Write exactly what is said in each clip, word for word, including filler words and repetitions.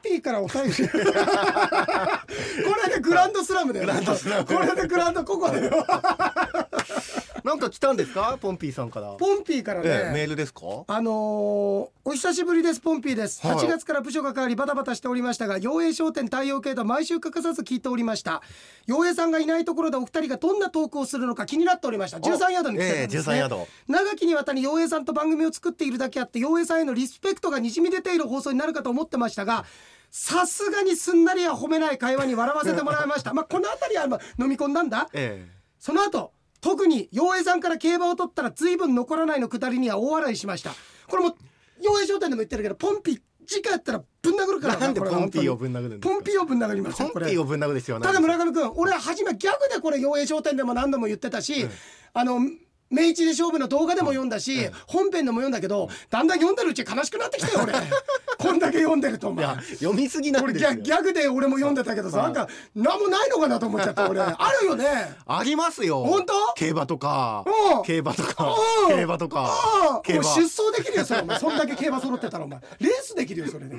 ピーからお便りこれでグランドスラムだよ。これでグランドここだよ。 なんか来たんですか、ポンピーさんから。 ポンピーからね、 ええ、メールですか。 あのー、お久しぶりです、ポンピーです、はい、はちがつから部署が変わりバタバタしておりましたが、陽平商店太陽系と毎週欠かさず聞いておりました。陽平さんがいないところでお二人がどんなトークをするのか気になっておりました。じゅうさんヤードに来てたんですね、ええ、じゅうさんヤード。長きにわたり陽平さんと番組を作っているだけあって、陽平さんへのリスペクトがにじみ出ている放送になるかと思ってましたが、さすがにすんなりは褒めない会話に笑わせてもらいましたまあこの辺りは飲み込んだんだ、ええ、その後特に陽平さんから競馬を取ったら随分残らないのくだりには大笑いしました。これも陽平商店でも言ってるけど、ポンピ次回やったらぶん殴るから。 なんでポンピーをぶん殴るんですか。 ポンピーをぶん殴りますよ。 ポンピーをぶん殴るですよ。 ただ村上君、俺は初めギャグでこれ陽平商店でも何度も言ってたし、うん、あの明治で勝負の動画でも読んだし、うん、本編でも読んだけど、だんだん読んでるうち悲しくなってきたよ俺こんだけ読んでると。お前読みすぎなんですよ。 俺ギャグで俺も読んでたけどさ、なんか何もないのかなと思っちゃった俺。あるよね。 ありますよ。 本当？ 競馬とか競馬とか競馬とか競馬出走できるよそれ。お前そんだけ競馬揃ってたらお前レースできるよそれで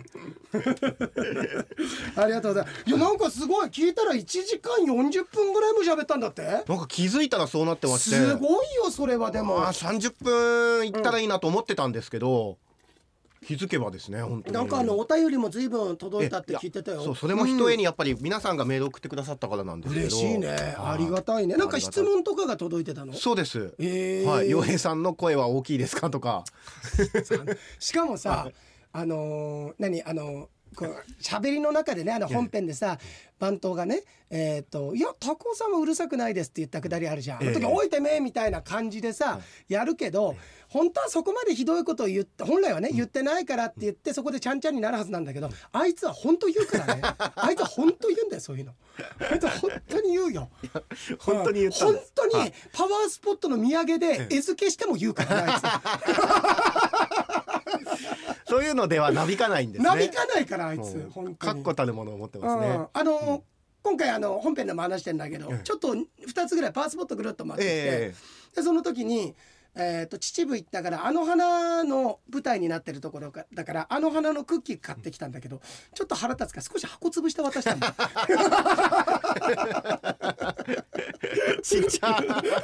ありがとうございます。いやなんかすごい聞いたらいちじかんよんじゅっぷんぐらいも喋ったんだって。 なんか気づいたらそうなってまして、 すごいよそれは。でもさんじゅっぷんいったらいいなと思ってたんですけど、うん、気づけばですね、本当になんかあのお便りも随分届いたって聞いてたよ。 そう、それもひとえにやっぱり皆さんがメール送ってくださったからなんですけど、 嬉しいね、ありがたいね。なんか質問とかが届いてたの。 そうです、 えー、 はい、陽平さんの声は大きいですかとかしかもさあのー、何あのーこう喋りの中でね、あの本編でさ番頭がね、えー、といやタコさんはうるさくないですって言ったくだりあるじゃん。あの時、えー、おいてめえみたいな感じでさ、えー、やるけど、えー、本当はそこまでひどいことを言って本来はね、うん、言ってないからって言ってそこでちゃんちゃんになるはずなんだけど、あいつは本当言うからねあいつは本当言うんだよ、そういうの。あいつは本当に言うよ本当に言ったんです。 本当にパワースポットの土産で餌付けしても言うからね、あいつそういうのではなびかないんですね。 なびかないからあいつ本当に確固たるものを持ってますね。 うん、あの、うん、今回あの本編でも話してんだけど、うん、ちょっとふたつぐらいパワースポットぐるっと回ってきて、えー、でその時に、えー、と秩父行ったからあの花の舞台になってるところだからあの花のクッキー買ってきたんだけど、ちょっと腹立つから少し箱潰して渡したんだちっちゃ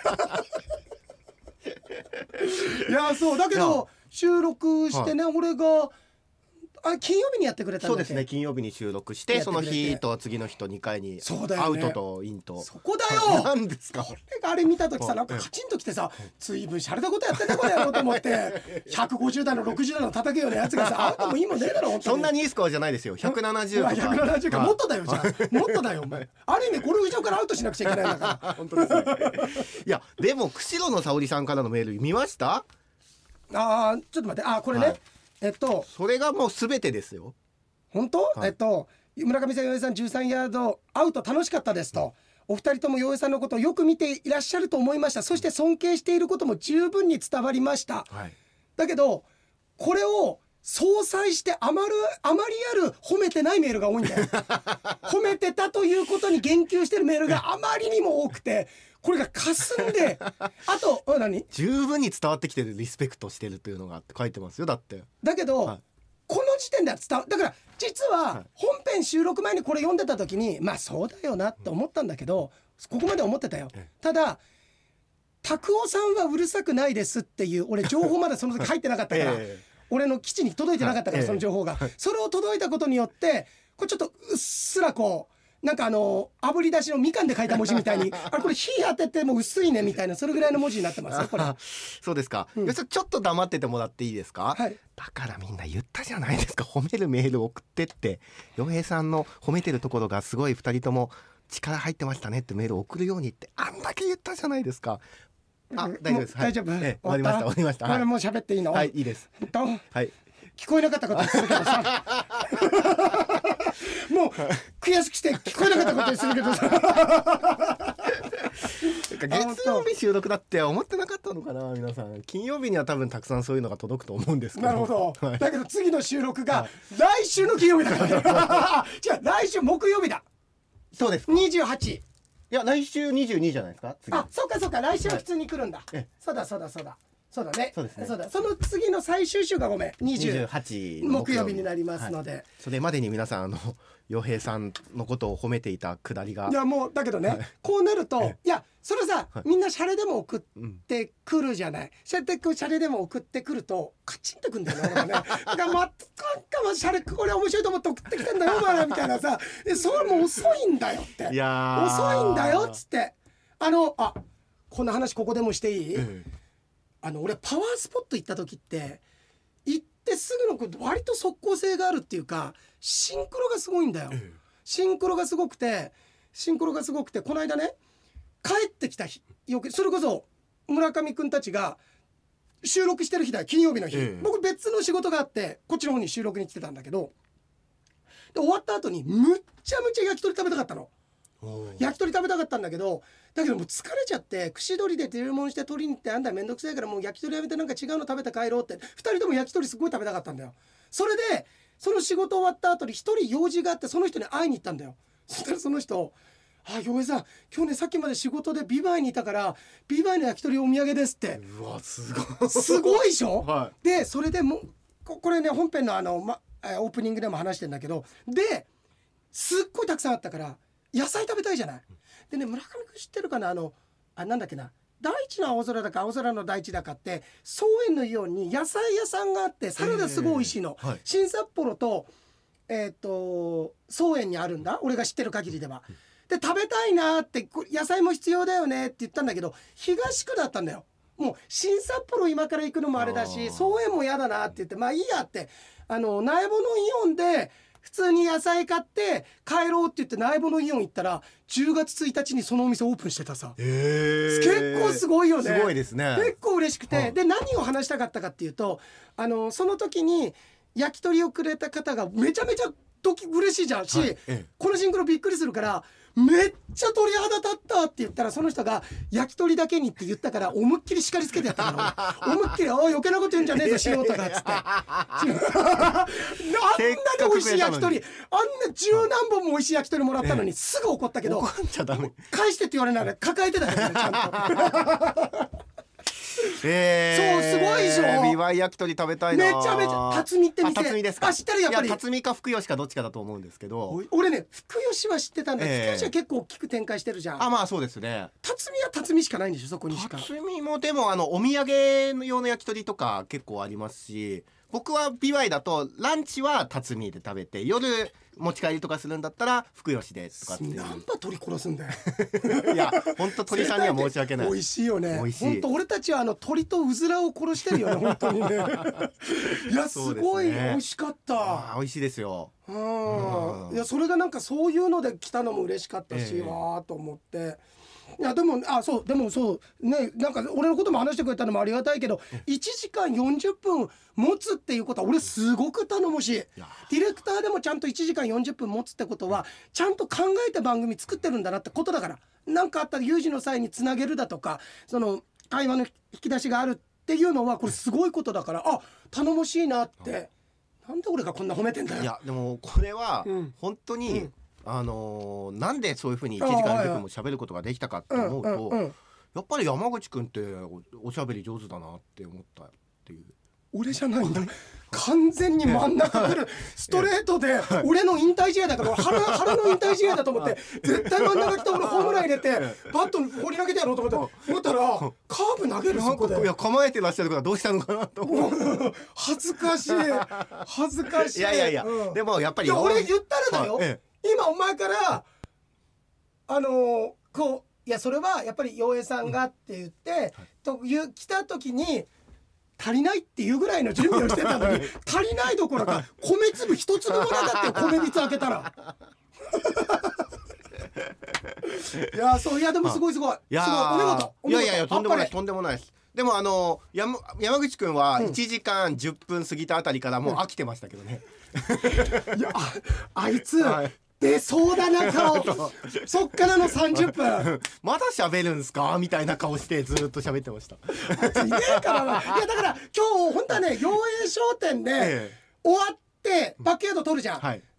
いやそうだけど収録してね、はい、俺があ金曜日にやってくれたんだっけ。 そうですね、金曜日に収録してその日と次の日とにかいにアウトとインと。 そこだよ。 何ですかこれが。あれ見た時さなんかカチンときてさ、ずいぶんしゃれたことやってんだこれやろうと思ってひゃくごじゅうだいのろくじゅうだいの叩くようなやつがさアウトもいいもんねえだろ本当に。 そんなにいいスコアじゃないですよ。ひゃくななじゅうとかひゃくななじゅうかもっとだよ。じゃあもっとだよお前。ある意味これ以上からアウトしなくちゃいけないんだから本当ですねいやでも釧路の沙織さんからのメール見ました？ あーちょっと待って、あこれね、はい、えっとそれがもう全てですよ。 本当、はい、えっと村上さん、陽平さんじゅうさんヤードアウト楽しかったですと、うん、お二人とも陽平さんのことをよく見ていらっしゃると思いました。そして尊敬していることも十分に伝わりました、はい、だけどこれを相殺してあまるあまりある褒めてないメールが多いんだよ褒めてたということに言及してるメールがあまりにも多くてこれが霞んであと何十分に伝わってきてる、リスペクトしてるというのがって書いてますよ。だってだけど、はい、この時点では伝わだから実は本編収録前にこれ読んでた時にまあそうだよなって思ったんだけど、ここまで思ってたよ。ただ拓夫さんはうるさくないですっていう俺情報まだその時入ってなかったから、えー、俺の基地に届いてなかったから、その情報が、それを届いたことによってこれちょっとうっすらこうなんかあの炙り出しのみかんで書いた文字みたいにあれこれ火当てても薄いねみたいなそれぐらいの文字になってますよこれそうですか、うん、ちょっと黙っててもらっていいですか、 はい、 だからみんな言ったじゃないですか、褒めるメール送ってって。陽平さんの褒めてるところがすごいふたりとも力入ってましたねってメールを送るようにってあんだけ言ったじゃないですか。あ、大丈夫です、はい、 大丈夫、 ええ、終わりました終わりました、 はい、もう喋っていいの？ はい、いいです。 はい、聞こえなかったことするけどさもう悔しくして聞こえなかったことするけどさ月曜日収録だって思ってなかったのかな皆さん。金曜日には多分たくさんそういうのが届くと思うんですけど。 なるほど、はい、だけど次の収録が来週の金曜日だからじゃあ来週木曜日だ。 そうですにじゅうはち。 いや来週にじゅうにじゃないですか次。 あ、そうかそうか、来週は普通に来るんだ、はい、そうだそうだそうだ。 そうだね。 そうですね。 そうだ。その次の最終週がごめんにじゅうはち木曜日になりますので、はい、 それまでに皆さんあの洋平さんのことを褒めていたくだりが、 いやもうだけどね、はい、こうなるといやそれさ、はい、みんなシャレでも送ってくるじゃない、うん、シャレでも送ってくるとカチンとくんだよね俺はねだからまたシャレこれ面白いと思って送ってきてんだよお前らみたいなさそれもう遅いんだよっていや遅いんだよっつってあのあこんな話ここでもしていい、うん、あの俺パワースポット行った時って行ってすぐの割と即効性があるっていうかシンクロがすごいんだよ、うん、シンクロがすごくてシンクロがすごくてこの間ね帰ってきた日よくそれこそ村上くんたちが収録してる日だよ金曜日の日、うん、僕別の仕事があってこっちの方に収録に来てたんだけどで終わった後にむっちゃむちゃ焼き鳥食べたかったの焼き鳥食べたかったんだけどだけどもう疲れちゃって串取りで注文して取りに行ってあんだめんどくさいからもう焼き鳥やめてなんか違うの食べて帰ろうってふたりとも焼き鳥すごい食べたかったんだよ。それでその仕事終わった後にひとり用事があってその人に会いに行ったんだよ。そしたらその人あ、洋平さん今日ねさっきまで仕事でビバイにいたからビバイの焼き鳥お土産ですって。 うわすごいすごいでしょ、 はい、 でそれでもここれね本編のあの、ま、オープニングでも話してんだけどですっごいたくさんあったから野菜食べたいじゃない。でね村上君知ってるかなあのあなんだっけな大地の青空だか青空の大地だかって草園のように野菜屋さんがあってサラダすごい美味しいの、えーはい、新札幌とえっ、ー、と草園にあるんだ俺が知ってる限りでは。で食べたいなって野菜も必要だよねって言ったんだけど東区だったんだよ。もう新札幌今から行くのもあれだし草園も嫌だなって言ってまあいいやってあの苗穂のイオンで普通に野菜買って帰ろうって言って苗穂のイオン行ったらじゅうがつついたちにそのお店オープンしてたさ、 えー、 結構すごいよね。 すごいですね。 結構嬉しくて、はあ、で何を話したかったかっていうとあのその時に焼き鳥をくれた方がめちゃめちゃ時嬉しいじゃんし、はいええ、このシンクロびっくりするからめっちゃ鳥肌立ったって言ったらその人が焼き鳥だけにって言ったから思いっきり叱りつけてやったから思いっきりおい余計なこと言うんじゃねえぞ素人がっつってあんなに美味しい焼き鳥あんな十何本も美味しい焼き鳥もらったのにすぐ怒ったけど、 怒っちゃダメ返してって言われながら抱えてたからねちゃんとえー、そうすごいでしょ。 ビワイ焼き鳥食べたいな。 めちゃめちゃ辰巳って店あ辰巳ですか。 あ知ってるやっぱり。 いや辰巳か福吉かどっちかだと思うんですけど俺ね福吉は知ってたんだ、えー、福吉は結構大きく展開してるじゃん。 あまあそうですね。 辰巳は辰巳しかないんでしょそこにしか。 辰巳もでもあのお土産用の焼き鳥とか結構ありますし僕はビワイだとランチは辰巳で食べて夜持ち帰りとかするんだったら福吉でとかっていう。 何羽鳥殺すんだよいや本当鳥さんには申し訳ない。 美味しいよね。 美味しい。 本当俺たちはあの鳥とうずらを殺してるよね本当にねいやすごい美味しかった。 あ美味しいですよ。 うん、うん、いやそれがなんかそういうので来たのも嬉しかったし、えー、わーと思って。いやでもあそうでもそうねなんか俺のことも話してくれたのもありがたいけどいちじかんよんじゅっぷん持つっていうことは俺すごく頼もしい。ディレクターでもちゃんといちじかんよんじゅっぷん持つってことはちゃんと考えて番組作ってるんだなってことだから。なんかあったら有事の際につなげるだとかその会話の引き出しがあるっていうのはこれすごいことだからあ頼もしいなって。なんで俺がこんな褒めてんだよ。 いやでもこれは本当に、うんうんあのー、なんでそういうふうにいちじかんよんじゅっぷんも喋ることができたかって思うと、うんうんうん、やっぱり山口くんっておしゃべり上手だなって思ったっていう。 俺じゃないんだ完全に真ん中来るストレートで俺の引退試合だから腹, 腹の引退試合だと思って絶対真ん中来た俺ホームラン入れてバット放り投げてやろうと思って思ったらカーブ投げるそこで。 いや構えてらっしゃるからどうしたのかなと思う恥ずかしい恥ずかしい。いやいやいや、うん、でもやっぱり俺言ったらだよ、ええ、今お前からあのー、こういやそれはやっぱり洋平さんがって言って、うんはい、という来た時に足りないっていうぐらいの準備をしてたのに足りないどころか米粒一粒もなかったよ米びつ開けたらいやそういやでもすごいすごい、 いやすごいお見事お見事。 いやいやとんでもないとんでもないです。でもあの山山口くんはいちじかんじゅっぷん過ぎたあたりからもう飽きてましたけどね、 うん、いや あ, あいつ、はい出そうだな顔そっからのさんじゅっぷんまだ喋るんすかみたいな顔してずっと喋ってました。 いねえからな。いやだから今日本当はね洋栄商店で終わってバックヤード取るじゃん、はい、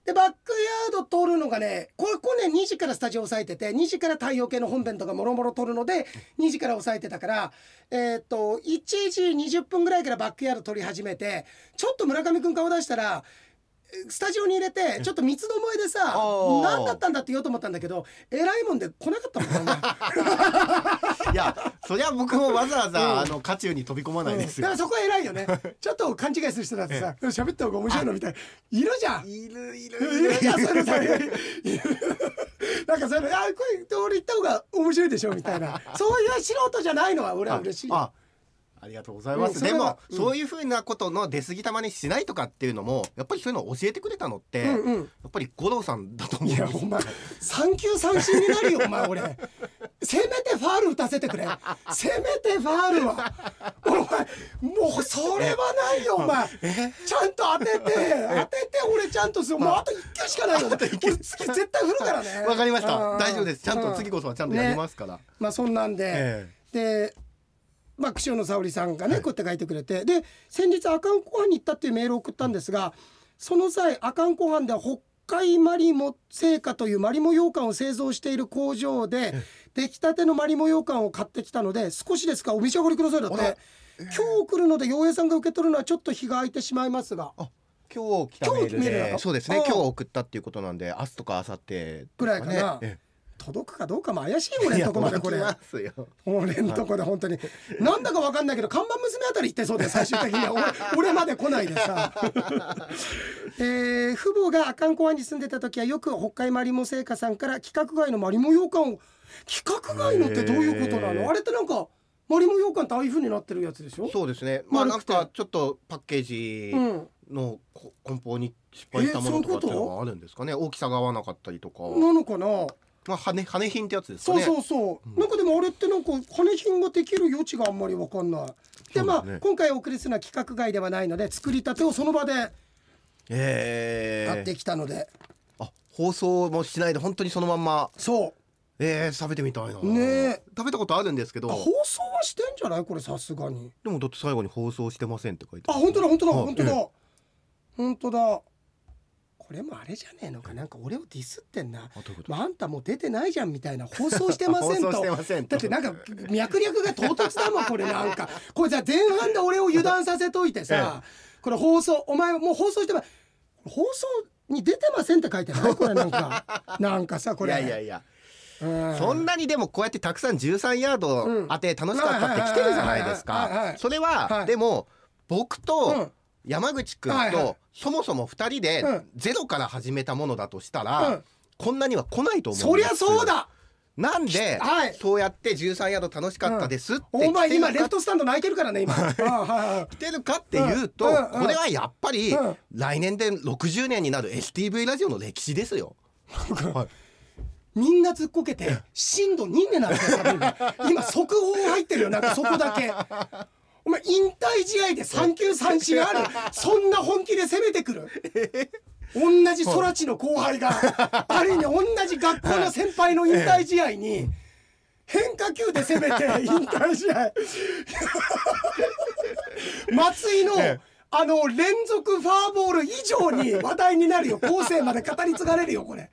でバックヤード撮るのがねこれこれねにじからスタジオ押さえててにじから太陽系の本編とかもろもろ撮るのでにじから押さえてたからえっといちじにじゅっぷんぐらいからバックヤード撮り始めてちょっと村上くん顔出したらスタジオに入れてちょっと三つどもえでさ何だったんだって言おうと思ったんだけどえらいもんで来なかったもんねいやそりゃ僕もわざわざ、うん、あの渦中に飛び込まないですよ、 うん、だからそこは偉いよねちょっと勘違いする人だってさ喋った方が面白いのみたいいるじゃんいるいるいるじゃんそれさなんかそれあこれ俺言った方が面白いでしょみたいなそういう素人じゃないのは俺は嬉しい。 あありがとうございます、うん、でも、うん、そういうふうなことの出過ぎたまにしないとかっていうのもやっぱりそういうのを教えてくれたのって、うんうん、やっぱり五郎さんだと思うんです。いやお前三球三振になるよお前俺せめてファール打たせてくれせめてファールはお前もうそれはないよお前ちゃんと当てて当てて俺ちゃんとするもうあといっ球しかないよ俺次絶対振るからね。 わかりました大丈夫ですちゃんと次こそはちゃんとやりますから、 ね、まあそんなんで、えー、でまあ、串尾の沙織さんがね、はい、こうやって書いてくれてで先日阿寒湖畔に行ったっていうメールを送ったんですがその際阿寒湖畔では北海マリモ製菓というマリモ羊羹を製造している工場で出来たてのマリモ羊羹を買ってきたので少しですかお召し上がりくださいだって、えー、今日来るので陽平さんが受け取るのはちょっと日が空いてしまいますがあ今日来たメールでそうですね今日送ったっていうことなんで明日とか明後日ぐらいかな、えー届くかどうかも怪しい俺のとこまでこれ俺のとこで本当になんだか分かんないけど看板娘あたり行ってそうで最終的には 俺, 俺まで来ないでさ、えー、父母が阿寒湖湾に住んでた時はよく北海マリモ製菓さんから規格外のマリモ羊羹を規格外のってどういうことなのあれってなんかマリモ羊羹ってああいう風になってるやつでしょ。 そうですねまあなんかちょっとパッケージの梱包に失敗したものとかっていうのがあるんですかね大きさが合わなかったりとかなのかなまあ、羽, 羽品ってやつですかね。 そうそうそう、うん、なんかでもあれってなんか羽品ができる余地があんまり分かんないで、ね、まあ今回お送りするのは規格外ではないので作りたてをその場で買ってきたので、 えー、あ放送もしないで本当にそのまんまそうえー、食べてみたいなね食べたことあるんですけど放送はしてんじゃないこれさすがにでもだって最後に放送してませんって書いてあるあ本当だ本当だ本当だ、えー、本当だこれもあれじゃねえのかなんか俺をディスってんな あ, まあ、あんたもう出てないじゃんみたいな放送してませんとだってなんか脈略が唐突だもんこれなんかこれじゃ前半で俺を油断させといてさ、ええ、これ放送お前もう放送してま放送に出てませんって書いてないこれなんかなんかさこれいやいやいやそんなにでもこうやってたくさんじゅうさんヤード当て楽しかったって来てるじゃないですかそれは、はい、でも僕と、うん山口くんと、はいはい、そもそもふたりでゼロから始めたものだとしたら、うん、こんなには来ないと思うんです。 そりゃそうだなんで、はい、そうやってじゅうさんヤード楽しかったですって、 うん、お前今レフトスタンド泣いてるからね今来てるかっていうと、うんうん、これはやっぱり、うん、来年でろくじゅうねんになる エスティーブイ ラジオの歴史ですよ、 はい、みんなずっこけて震度にになるから今速報入ってるよなんかそこだけお前引退試合で三球三振あるそんな本気で攻めてくる同じ空知の後輩がある意味同じ学校の先輩の引退試合に変化球で攻めて引退試合松井のあの連続ファーボール以上に話題になるよ後世まで語り継がれるよこれ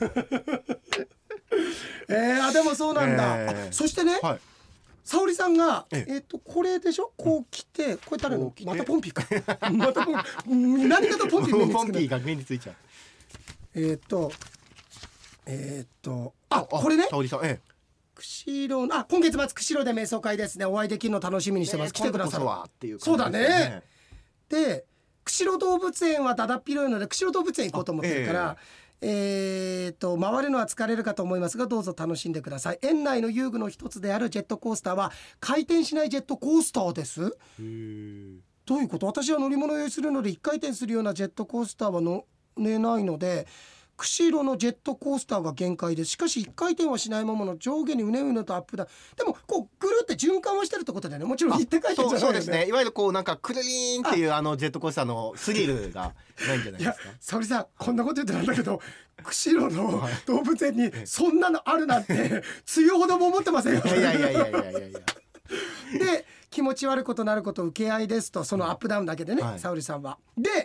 えー、あでもそうなんだ、えー、そしてね、はい沙織さんがえっ、ー、とこれでしょこう来てこれ誰のまたポンピーかまたポン何かとポンピー目につくポンピーが目についちゃうえっ、ー、とえっ、ー、とあこれね沙織さんええ釧路あ今月末釧路で瞑想会ですねお会いできるの楽しみにしてます、ね、来てくださいそうだねで釧路動物園はだだっ広いので釧路動物園行こうと思ってるからえーと回るのは疲れるかと思いますがどうぞ楽しんでください園内の遊具の一つであるジェットコースターは回転しないジェットコースターですへーどういうこと私は乗り物を用意するのでいっかい転するようなジェットコースターは乗れないので釧路のジェットコースターが限界ですしかしいっかい転はしないままの上下にうねうねとアップダウンでもこうぐるって循環はしてるってことだよねもちろん行って帰ってじゃないよねそうですねいわゆるこうなんかくるりーんっていうあのジェットコースターのスリルがないんじゃないですかいや沙織さんこんなこと言ってなんだけど釧路の動物園にそんなのあるなんて梅雨ほども思ってませんよいやいやいやいやいやいやで気持ち悪いことなること受け合いですとそのアップダウンだけでね、はい、沙織さんはで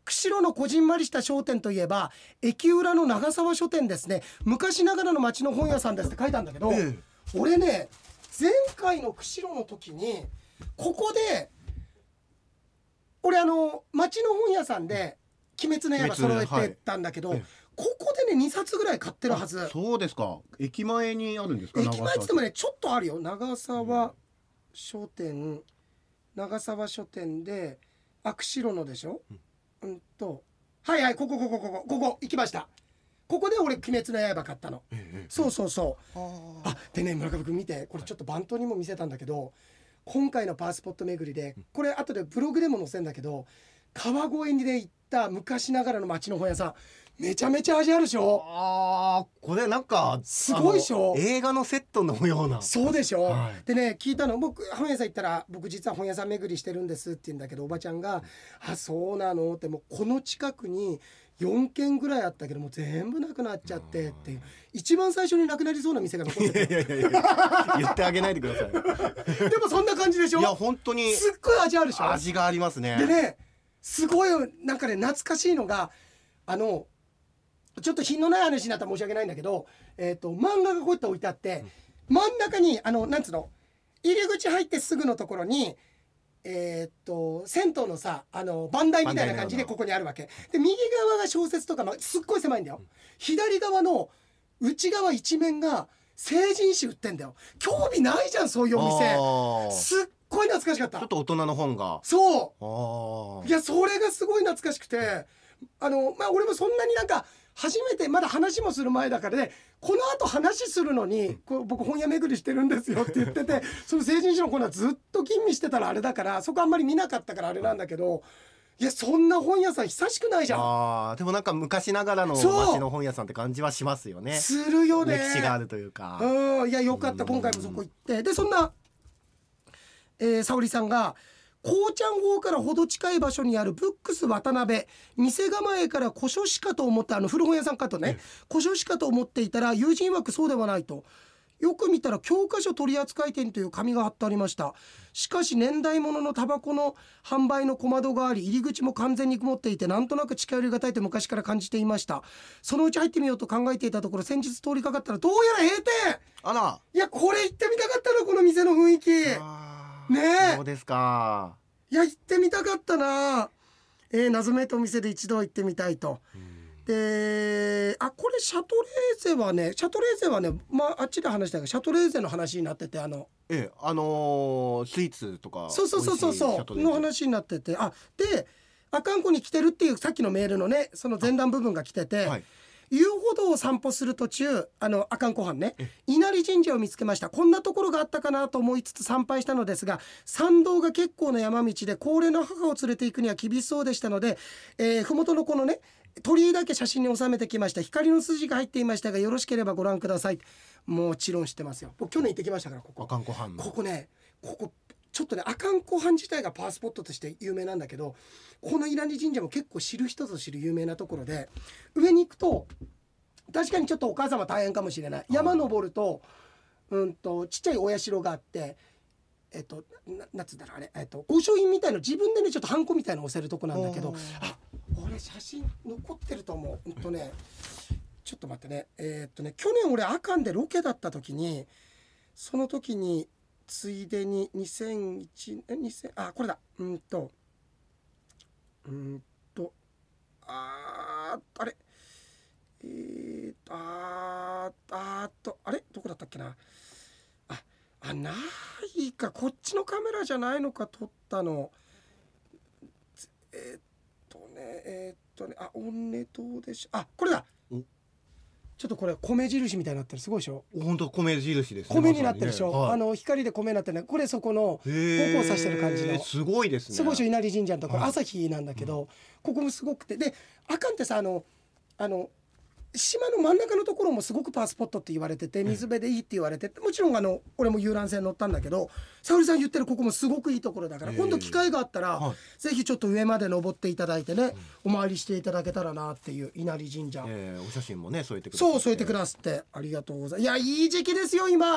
釧路のこじんまりした商店といえば駅裏の長沢書店ですね。昔ながらの町の本屋さんですって書いたんだけど、ええ、俺ね前回の釧路の時にここで俺あの町の本屋さんで鬼滅の刃揃えてたんだけど、はい、ここでねにさつぐらい買ってるはず。 そうですか。駅前にあるんですか。 駅前って言ってもねちょっとあるよ。長沢書店、長沢書店であ釧路のでしょ、うん、うんとはいはいここここここここ行きました。ここで俺鬼滅の刃買ったの、ええ、そうそうそう。あでね村上君見て、これちょっと番頭にも見せたんだけど、今回のパワースポット巡りでこれ後でブログでも載せるんだけど、川越にで行った昔ながらの町の本屋さんめちゃめちゃ味あるでしょ。 あーこれなんかすごいでしょ。 映画のセットのような。 そうでしょ、はい、でね聞いたの、僕本屋さん行ったら僕実は本屋さん巡りしてるんですって言うんだけど、おばちゃんがあそうなのって、もうこの近くによんけんぐらいあったけども全部なくなっちゃってっていう、一番最初になくなりそうな店が残ってる。 いやいやいやいや言ってあげないでください。 でもそんな感じでしょ。 いや本当にすっごい味あるでしょ。 味がありますね。 でねすごいなんかね懐かしいのが、あのちょっと品のない話になったら申し訳ないんだけど、えーと漫画がこうやって置いてあって、うん、真ん中にあのなんつうの入り口入ってすぐのところにえー、っと銭湯のさあの番台みたいな感じでここにあるわけで、右側が小説とか、まあ、すっごい狭いんだよ、うん、左側の内側一面が成人誌売ってんだよ。興味ないじゃんそういうお店。すっごい懐かしかった。 ちょっと大人の本が。 そういやそれがすごい懐かしくて、あのまあ俺もそんなになんか初めてまだ話もする前だからね、この後話するのにこう僕本屋巡りしてるんですよって言っててその成人誌のコーナーずっと吟味してたらあれだからそこあんまり見なかったからあれなんだけど、いやそんな本屋さん久しくないじゃん。 あーでもなんか昔ながらの街の本屋さんって感じはしますよね。 するよね。 歴史があるというか。 うんいやよかった今回もそこ行って、でそんな、えー、沙織さんがこうちゃん号からほど近い場所にあるブックス渡辺、店構えから古書しかと思ったあの古本屋さんかとね、古書しかと思っていたら友人曰くそうではないと。よく見たら教科書取扱店という紙が貼ってありました。しかし年代物のタバコの販売の小窓があり、入り口も完全に曇っていてなんとなく近寄りがたいと昔から感じていました。そのうち入ってみようと考えていたところ、先日通りかかったらどうやら閉店。 あらいやこれ行ってみたかったな、この店の雰囲気ねえ。 そうですか。 いや行ってみたかったな、えー、謎めいたお店で一度行ってみたいと。であこれシャトレーゼはねシャトレーゼはね、まあ、あっちで話したけどシャトレーゼの話になってて、あのええあのー、スイーツとかそうそうそうそうそうの話になってて、あで阿寒湖に来てるっていうさっきのメールのねその前段部分が来てて、はい、遊歩道を散歩する途中、あの阿寒湖畔ね稲荷神社を見つけました。こんなところがあったかなと思いつつ参拝したのですが、参道が結構な山道で高齢の母を連れて行くには厳しそうでしたので、えー、麓のこのね鳥居だけ写真に収めてきました。光の筋が入っていましたがよろしければご覧ください。もちろん知ってますよ。僕去年行ってきましたから。ここ阿寒湖畔のここねここちょっとね阿寒湖畔自体がパワースポットとして有名なんだけど、この稲荷神社も結構知る人ぞ知る有名なところで、上に行くと確かにちょっとお母様大変かもしれない。山登るとうんとちっちゃいお社があって、えっとななんつうんだろうあれ、えっと御朱印みたいの自分でねちょっとハンコみたいの押せるとこなんだけど、あ俺写真残ってると思う。うんとねちょっと待ってねえー、っとね去年俺阿寒でロケだった時に、その時についでににせんいちえにせんあこれだうんとうんとあーあれえー、っとあーあーっとあれどこだったっけなああないか、こっちのカメラじゃないのか撮ったの。えー、っとねえー、っとねあオンネ島でしょ、あこれだ。ちょっとこれ米印みたいになってる、すごいでしょ。 本当米印ですね。 米になってるでしょ、まねはい、あの光で米になってるね。これそこの僕を指してる感じのすごいですね。 すごいでしょ稲荷神社のところ、はい、朝日なんだけど、うん、ここもすごくて、で阿寒ってさあのあの島の真ん中のところもすごくパワースポットって言われてて、水辺でいいって言われてて、もちろんあの俺も遊覧船乗ったんだけど、沙織さん言ってるここもすごくいいところだから、今度機会があったら、はい、ぜひちょっと上まで登っていただいてね、うん、お参りしていただけたらなっていう稲荷神社、 えー、お写真もね添えてくださって、そう添えてくださってありがとうございます。いやいい時期ですよ今。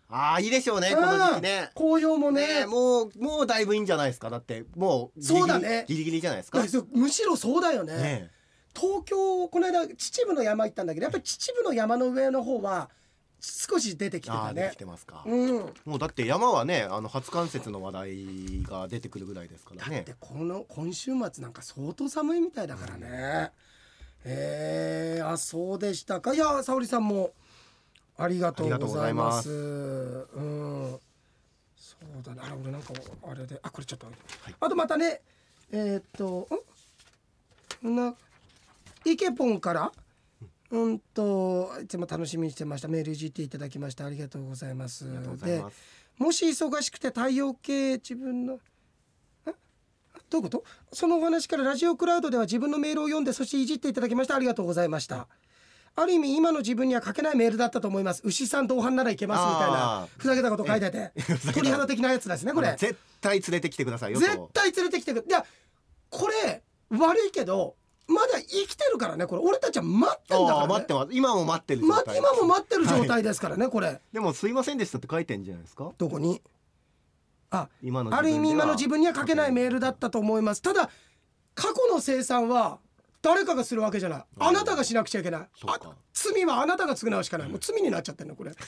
ああいいでしょうねこの時期ね。 紅葉もねねもうもうだいぶいいんじゃないですか。だってもうギリギリそうだねギリギリじゃないですか。 だからむしろそうだよね。 ね東京この間秩父の山行ったんだけどやっぱり秩父の山の上の方は少し出てきてああ出てたねきてますか。 うんもうだって山はねあの初冠雪の話題が出てくるぐらいですからねだって。この今週末なんか相当寒いみたいだからね、えー、あそうでしたか。いや沙織さんもありがとうございます。うんそうだね。あれ俺なんかあれであこれちょっと、はい、あとまたねえー、っとんなイケポンからうんといつも楽しみにしてましたメールいじっていただきましたありがとうございます。 ありがとうございます。 でもし忙しくて太陽系自分のえどういうこと。そのお話からラジオクラウドでは自分のメールを読んでそしていじっていただきましたありがとうございました。ある意味今の自分には書けないメールだったと思います。牛さん同伴ならいけますみたいなふざけたこと書いてて鳥肌的なやつですねこれ。 絶対連れてきてくださいよ。 絶対連れてきてくる。いやこれ悪いけどまだ生きてるからねこれ。俺たちは待ってんだからね。 待ってます。今も待ってる状ま、 態。 今も待ってる状態ですからね、はい、これ。 でもすいませんでしたって書いてんじゃないですか。 どこに。あ今のある意味今の自分には書けないメールだったと思います。ただ過去の清算は誰かがするわけじゃない。あなたがしなくちゃいけない。あ罪はあなたが償うしかない。もう罪になっちゃってるのこれね、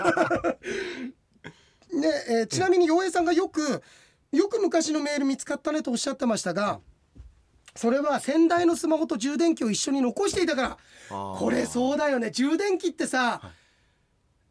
えー、ちなみに洋平さんがよくよく昔のメール見つかったねとおっしゃってましたがそれは先代のスマホと充電器を一緒に残していたから。これそうだよね。充電器ってさ、はい、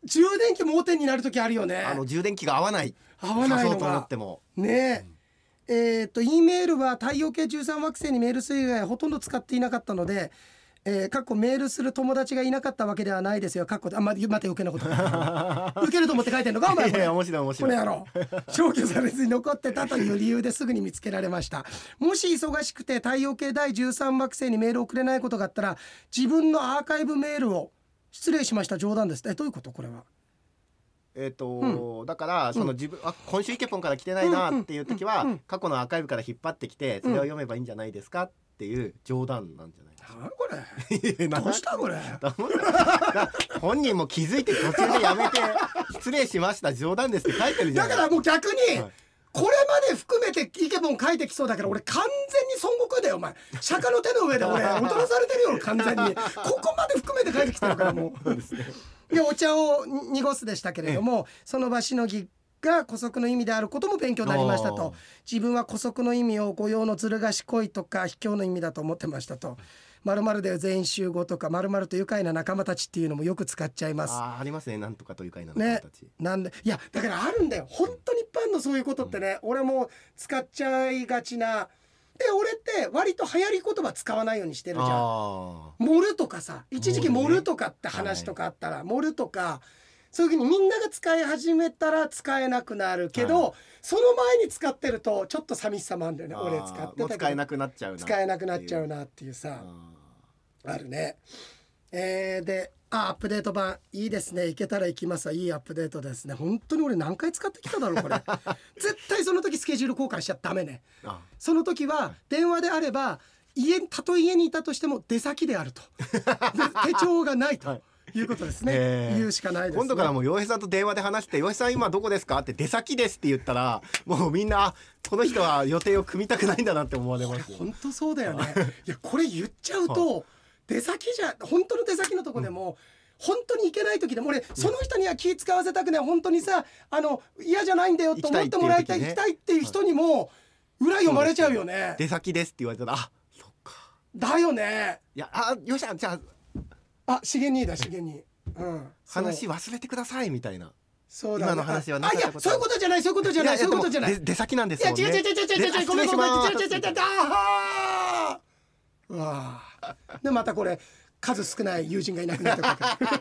充電器盲点になる時あるよね。 あの充電器が合わない合わないのがと思ってもねえ、うん、えー、っと E メールは太陽系じゅうさん惑星にメールする以外ほとんど使っていなかったので、えー、かっこメールする友達がいなかったわけではないですよ。かっこあままた余計なこと受けると思って書いてんのかお前これ。 いや面白い面白い。 この野郎消去されずに残ってたという理由ですぐに見つけられました。もし忙しくて太陽系だいじゅうさん惑星にメールを送れないことがあったら自分のアーカイブメールを失礼しました冗談です。えどういうことこれは。 えーとうん、 だからその自分、うん、あ今週イケポンから来てないなっていう時は、うんうん、過去のアーカイブから引っ張ってきてそれを読めばいいんじゃないですかっていう冗談なんじゃないですか。 何これどうしたこれ本人も気づいて途中でやめて失礼しました冗談ですって書いてるじゃない。 だからもう逆に、はい、これまで含めてイケボン書いてきそうだから俺完全に孫悟空だよお前。釈迦の手の上で俺踊らされてるよ完全にここまで含めて書いてきてるからもうでお茶を濁すでしたけれどもその場しのぎが姑息の意味であることも勉強になりましたと。自分は姑息の意味を御用のずる賢いとか卑怯の意味だと思ってましたと。〇〇で全員集合とか〇〇と愉快な仲間たちっていうのもよく使っちゃいます。 あありますねなんとかと愉快な仲間たち、 ね、なんでいやだからあるんだよ本当にいっぱいあるのそういうことってね、うん、俺も使っちゃいがちな。で俺って割と流行り言葉使わないようにしてるじゃん。盛るとかさ一時期盛るとかって話とかあったら、はい、盛るとかそういうふうにみんなが使い始めたら使えなくなるけど、はい、その前に使ってるとちょっと寂しさもあるんだよね。俺使ってたけど使えなくなっちゃうな使えなくなっちゃうなっていうさ あ, あるね。えー、であアップデート版いいですね。いけたら行きますわ。いいアップデートですね。本当に俺何回使ってきただろうこれ絶対その時スケジュール交換しちゃダメね。あその時は電話であれば家たとえ家にいたとしても出先であると手帳がないと、はいいうことですね、えー、言うしかないですね。 今度からもう洋平さんと電話で話して洋平さん今どこですかって出先ですって言ったらもうみんなこの人は予定を組みたくないんだなって思われますよ。 本当そうだよねいやこれ言っちゃうと出先じゃ本当の出先のとこでも、うん、本当に行けない時でも俺その人には気使わせたくない本当にさあの嫌じゃないんだよと思ってもらいたい行きたいっていう人にも裏読まれちゃうよね。 出先ですって言われたらあそっかだよね。 いやあよっしゃじゃああしげにだしげにうん、 話忘れてくださいみたいな。 そうだ、ね、 今の話はなかったこと。 あいやそういうことじゃないそういうことじゃないそういうことじゃない出先なんですもんね。 いや違う違う違う違う違うごめんごめん違う違う違う違う違うあーわーでまたこれ数少ない友人がいなくなったわ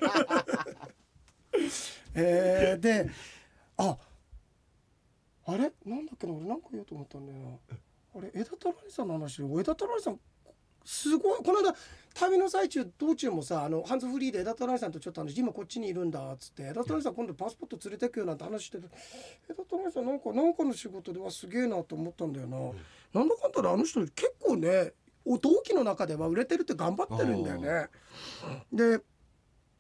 けえー、でああれなんだっけな俺なんか言おうと思ったんだよな。あれ枝太郎さんの話で枝太郎さんすごいこの間旅の最中道中もさあのハンズフリーで枝太郎さんとちょっと話今こっちにいるんだっつって枝太郎さん今度パスポート連れてくよなんて話してて枝太郎さんなんかなんかの仕事ではすげえなと思ったんだよな、うん、なんだかんだであの人結構ね同期の中では売れてるって頑張ってるんだよね。で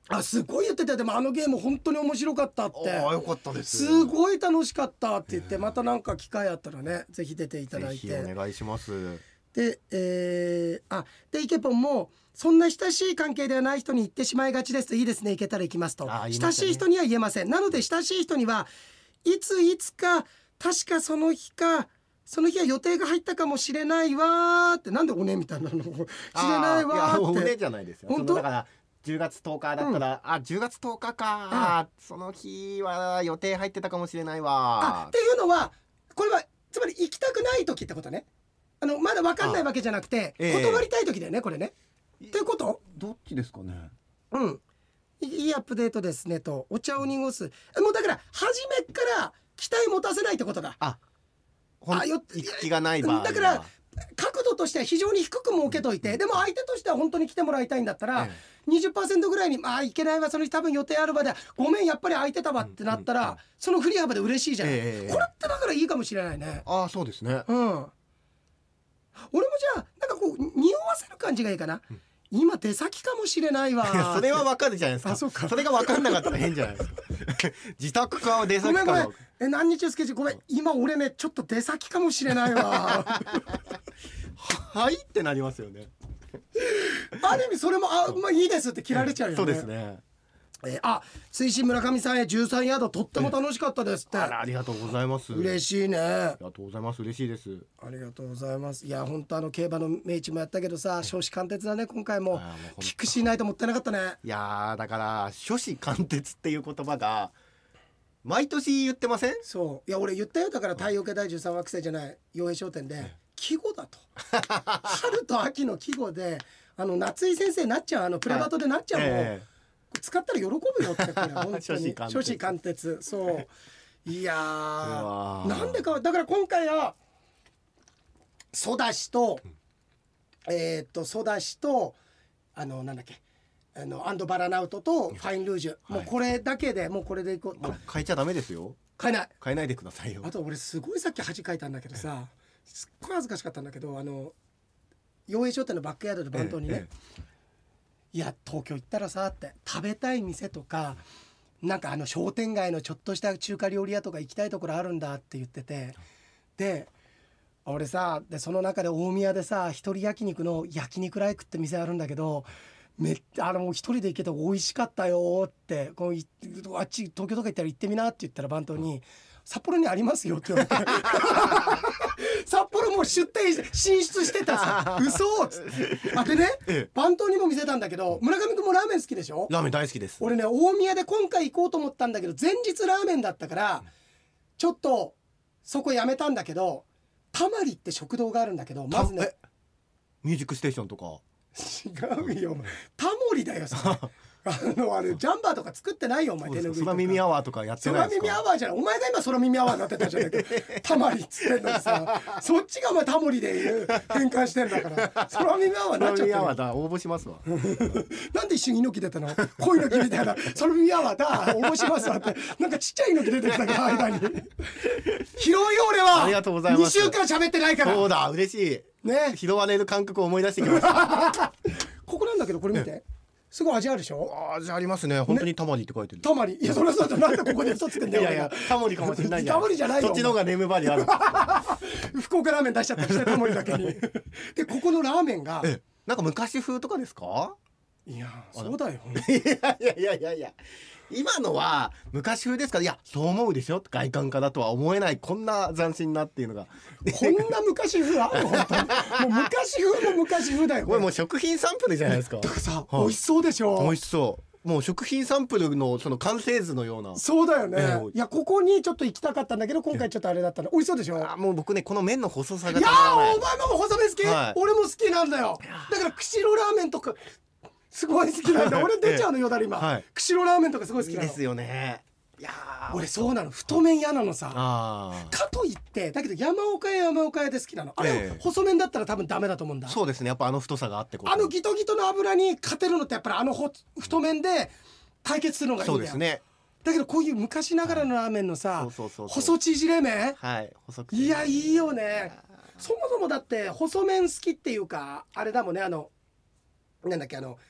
あすごい言ってたよ。でもあのゲーム本当に面白かったってああよかったですすごい楽しかったって言って、またなんか機会あったらねぜひ出ていただいて、 ぜひお願いします。 で、えー、あでイケポンもそんな親しい関係ではない人に言ってしまいがちですと、いいですね行けたら行きますと、 あ言いましたね親しい人には言えません。なので親しい人にはいついつか確かその日かその日は予定が入ったかもしれないわーって、なんでおねみたいなの知れないわーっておねじゃないですよ。 本当そのだからじゅうがつとおかだったら、うん、あじゅうがつとおかか、その日は予定入ってたかもしれないわあっていうのはこれはつまり行きたくない時ってことね。あのまだ分かんないわけじゃなくて断りたい時だよねこれね。っていうことどっちですかね。 うんいいアップデートですねとお茶を濁す。もうだから初めから期待持たせないってことだ。 ああよ行く気がない場合はだから角度としては非常に低く設けといて、でも相手としては本当に来てもらいたいんだったら、ええ、にじゅっパーセント ぐらいに、まあいけないわその日多分予定ある場でごめんやっぱり空いてたわってなったら、うんうんうん、その振り幅で嬉しいじゃない、ええ、これってだからいいかもしれないね。 ああそうですね。 うん俺もじゃあなんかこう匂わせる感じがいいかな、うん、今出先かもしれないわそれはわかるじゃないですか。 あそうかそれが分かんなかったら変じゃないですか自宅か出先かごめんごめんえ何日のスケジュールごめん今俺ねちょっと出先かもしれないわはいってなりますよねある意味それもあ、まあ、いいですって切られちゃうよね。 そうですね。 えー、あ推進村上さんへじゅうさんヤードとっても楽しかったですって。 あらありがとうございます。 嬉しいね。ありがとうございます。嬉しいです。 ありがとうございます。いや本当あの競馬の明治もやったけどさ少子貫徹だね今回も。キックしないともったいなかったね。 いやだから初子貫徹っていう言葉が毎年言ってません？ そういや俺言ったよ。だから太陽系第じゅうさん惑星じゃない陽平商店で季語だと春と秋の季語であの夏井先生なっちゃうあのプレバトでなっちゃうもん、えー使ったら喜ぶよってこれ本当に初子貫徹そういやーなんでかだから今回はソダシとえー、っとソダシとあのなんだっけあのアンドバラナウトとファインルージュ、はい、もうこれだけでもうこれでいこう。 変えちゃダメですよ。 変えない変えないでくださいよ。 あと俺すごいさっき恥かいたんだけどさすっごい恥ずかしかったんだけどあの陽平商店のバックヤードで番頭にね、えええいや東京行ったらさって食べたい店とかなんかあの商店街のちょっとした中華料理屋とか行きたいところあるんだって言っててで俺さでその中で大宮でさ一人焼肉の焼肉ライクって店あるんだけどめっあのもう一人で行けて美味しかったよってこうあっち東京とか行ったら行ってみなって言ったら番頭に札幌にありますよって言われて札幌もう出店進出してたさ嘘っつってあでね、ええ、番頭にも見せたんだけど村上君もラーメン好きでしょ。 ラーメン大好きです。 俺ね大宮で今回行こうと思ったんだけど前日ラーメンだったからちょっとそこやめたんだけどたまりって食堂があるんだけどまずねミュージックステーションとか違うよタモリだよそれあのあれジャンバーとか作ってないよお前手拭いとか空耳アワーとかやってないですか。 空耳アワーじゃないお前が今空耳アワーになってたじゃないかタマリっつってんのにさそっちがお前タモリで言う変換してんだから空耳アワーになっちゃってる。空耳アワーだ応募しますわなんで一瞬猪木出たの恋の木みたいな空耳アワーだ応募しますわってなんかちっちゃい猪木出てきたから間に拾うよ俺は。 ありがとうございます。 にしゅうかん喋ってないから。 そうだ嬉しいね。拾われる感覚を思い出してきましたここなんだけどこれ見てすごい味あるでしょ。 味ありますね。本当にタマリって書いてる。 タマリいやそれはそうだなんでここで嘘つくんだよ。 いやいやタモリかもしれないじゃん。 タモリじゃないよ。 そっちの方がネームバリある福岡ラーメン出しちゃったりしてタモリだけにでここのラーメンがえなんか昔風とかですか。 いやそうだよいやいやいやいやいや今のは昔風ですから。いやそう思うでしょ外観からとは思えないこんな斬新なっていうのがこんな昔風あるの本当にもう昔風も昔風だよ。 これもう食品サンプルじゃないですか。 だからさ、はい、美味しそうでしょ。 美味しそうもう食品サンプルのその完成図のような。 そうだよね、えー、いやここにちょっと行きたかったんだけど今回ちょっとあれだったの美味しそうでしょ。 あもう僕ねこの麺の細さがいやーお前も細麺好き、はい、俺も好きなんだよ。だから釧路ラーメンとかすごい好きなんだ俺出ちゃうのよだれ今、はい、釧路ラーメンとかすごい好きなの。 いいですよね。いや俺そうなの太麺嫌なのさ。かといってだけど山岡屋山岡屋で好きなのあれ、えー、細麺だったら多分ダメだと思うんだ。 そうですねやっぱあの太さがあってこあのギトギトの油に勝てるのってやっぱりあのほ太麺で対決するのがいいんだよ。 そうですね。 だけどこういう昔ながらのラーメンのさ細縮れ麺、 はい、細くいやいいよね。そもそもだって細麺好きっていうかあれだもんねあのなんだっけあの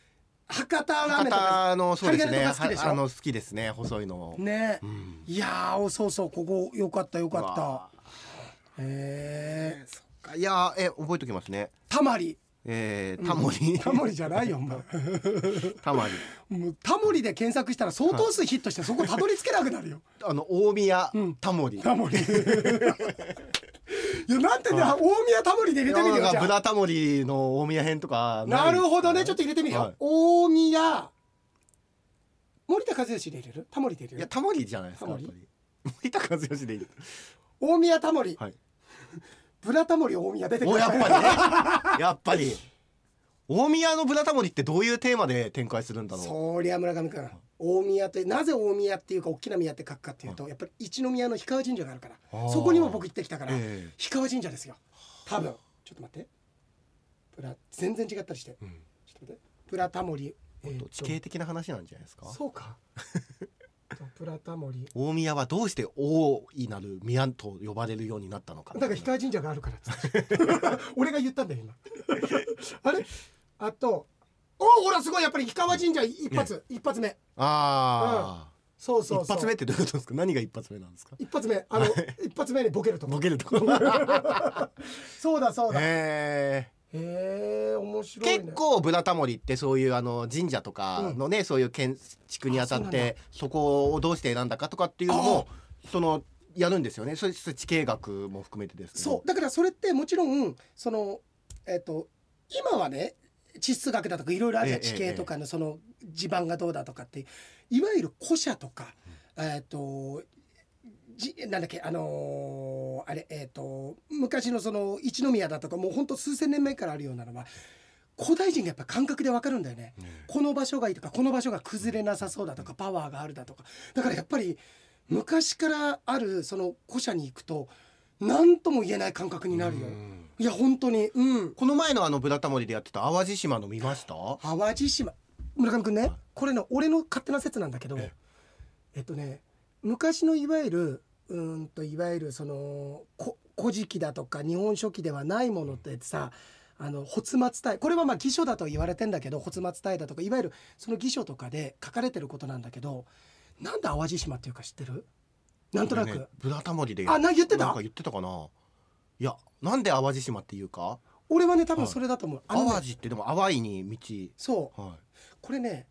博多ラーメンとか博多のそうですね、 針金とか好きでしょあの好きですね、細いの。 ね、 うん、 いやーそうそうここよかったよかっうわた。へえそっか、いやえ覚えときますね。 タマリ、 えー、タモリ、 タモリじゃないよお前タマリ、 もうタモリで検索したら相当数ヒットしてそこたどり着けなくなるよあの大宮うんタモリ、 タモリいやなんてね、大宮タモリで入れてみるよじゃあ。 ブラタモリの大宮編とかなるほどね、ちょっとと入れてみるよ、 はい大宮森田和義で入れる、タモリで入れる、 いやタモリじゃないですか、 タモリやっぱり森田和義でいい。 大宮タモリ、 はい、 ブラタモリ大宮出てくる。 おやっぱりねやっぱり大宮のブラタモリってどういうテーマで展開するんだろう。 そりゃ村上君、大宮ってなぜ大宮っていうか大きな宮って書くかっていうと、やっぱり一宮の氷川神社があるから、 あーそこにも僕行ってきたから、 ええ氷川神社ですよ多分。ちょっと待って、ブラ全然違ったりして、 うんちょっと待って、ブラタモリ、えーと地形的な話なんじゃないですか。 そうかブラタモリ大宮はどうして大いなる宮と呼ばれるようになったのか。 だから氷川神社があるからっつって俺が言ったんだよ今あれあとおほらすごい、やっぱり氷川神社一発、一発目、 ああ、 そうそうそう、 一発目ってどういうことですか。何が一発目なんですか。 一発目あの一発目にボケるとこボケるとこそうだそうだ、へへえ面え。 白いね。 結構ブラタモリってそういうあの神社とかのね、そういう建築にあたあそうなんだってそこをどうして選んだかとかっていうのもそのやるんですよね。それ地形学も含めてですけど。 そうだからそれってもちろんそのえっ、と今はね地質学だとかいろいろあるじゃん、 ええ地形とかのその地盤がどうだとかっていわゆる古社とか、えっ、とじなんだっけあのーあれえっ、と昔のその一宮だとかもうほんと数千年前からあるようなのは古代人がやっぱ感覚で分かるんだよね、 うんこの場所がいいとかこの場所が崩れなさそうだとかパワーがあるだとか。だからやっぱり昔からあるその古社に行くと何とも言えない感覚になるよ。 うんいや本当にうんこの前のあのブラタモリでやってた淡路島の見ました。 淡路島、村上くんね、 はいこれの俺の勝手な説なんだけど、 ええっとね昔のいわゆるうーんといわゆるそのこ古事記だとか日本書紀ではないものってさ、あの発末体、これはまあ義書だと言われてんだけど、発末体だとかいわゆるその義書とかで書かれてることなんだけど、なんで淡路島っていうか知ってる？なんとなく、 これねブラタモリであな言ってたなんか言ってたかな。いやなんで淡路島っていうか。 俺はね多分それだと思う。あのね淡路ってでも淡いに道。 そうはこれね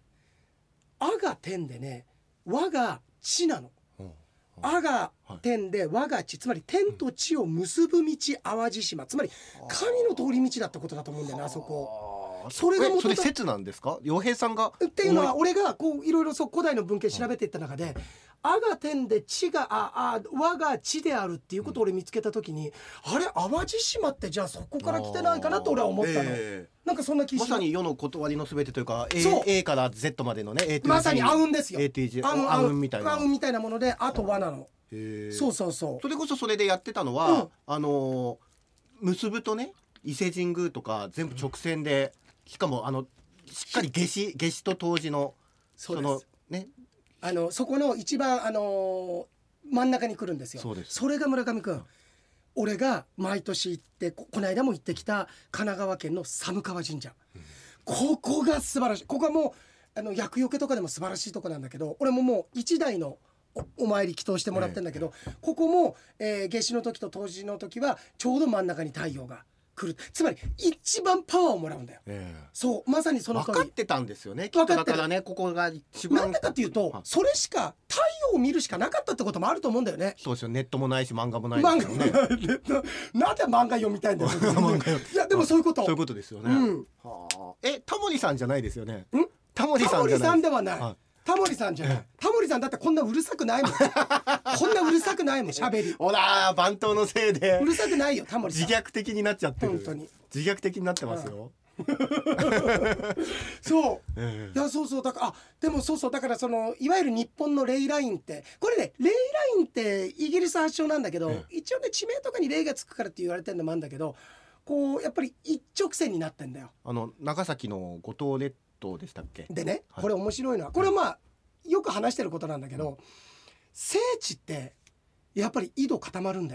「あ」が天でね「和」が地なの。 い。うん 「あ」が天で「和」が地、つまり天と地を結ぶ道淡路島、つまり神の通り道だってことだと思うんだよね、あそこ。 あーそれが元々 えそれ説なんですか。洋平さんがっていうのは思俺がこういろいろそう古代の文献調べていった中で「あ」が天で「地」が「あ」あ「和」が地であるっていうことを俺見つけた時に、あれ淡路島ってじゃあそこから来てないかなと俺は思ったの、 えなんかそんな気えしまさに世の断りのすべてというか A, そう A から Z までのね A to G まさにあうんですよ。 A to G あうんあうんみたいな。 あうんみたいなもので「あ」と「和」なの。 へえそうそうそう。 それこそそれでやってたのは、 うんあのー結ぶとね伊勢神宮とか全部直線で、しかもあのしっかり夏至夏至と冬至のそですそうのねあのそこの一番あのー真ん中に来るんですよ。 そうですれが村上くん、俺が毎年行ってここの間も行ってきた神奈川県の寒川神社、ここが素晴らしい。ここはもうあの厄除けとかでも素晴らしいとこなんだけど、俺ももう一台のおお参り祈祷してもらってんだけど、ここも、えー、夏至の時と冬至の時はちょうど真ん中に太陽が来る、つまり一番パワーをもらうんだよ。 えそうまさにそえの通り。 分かってたんですよねきっと。 分かってるだからねここが一番なんでかっていうとはいそれしか太陽を見るしかなかったってこともあると思うんだよね。 そうですよ。ネットもないし漫画もない漫ですよね。 画なんで漫画読みたいんだよ漫画読いやでもそういうこと。 そういうことですよね。 うんはあ、えタモリさんじゃないですよね。 んタモリタモリさんじゃないさんではない、 はいタモリさんじゃない、タモリさんだってこんなうるさくないもんこんなうるさくないもん喋りほら番頭のせいでうるさくないよタモリさん自虐的になっちゃってる。 本当に自虐的になってますよ。 そうえいやそうそうだからあでもそうそうだからそのいわゆる日本のレイラインってこれねレイラインってイギリス発祥なんだけど、 え一応ね地名とかにレイがつくからって言われてるのもあるんだけど、こうやっぱり一直線になってんだよ。 あの長崎の五島列島でしたっけ。 でねはいこれ面白いのはこれはまあよく話してることなんだけど、聖地ってやっぱり緯度固まるんだよ。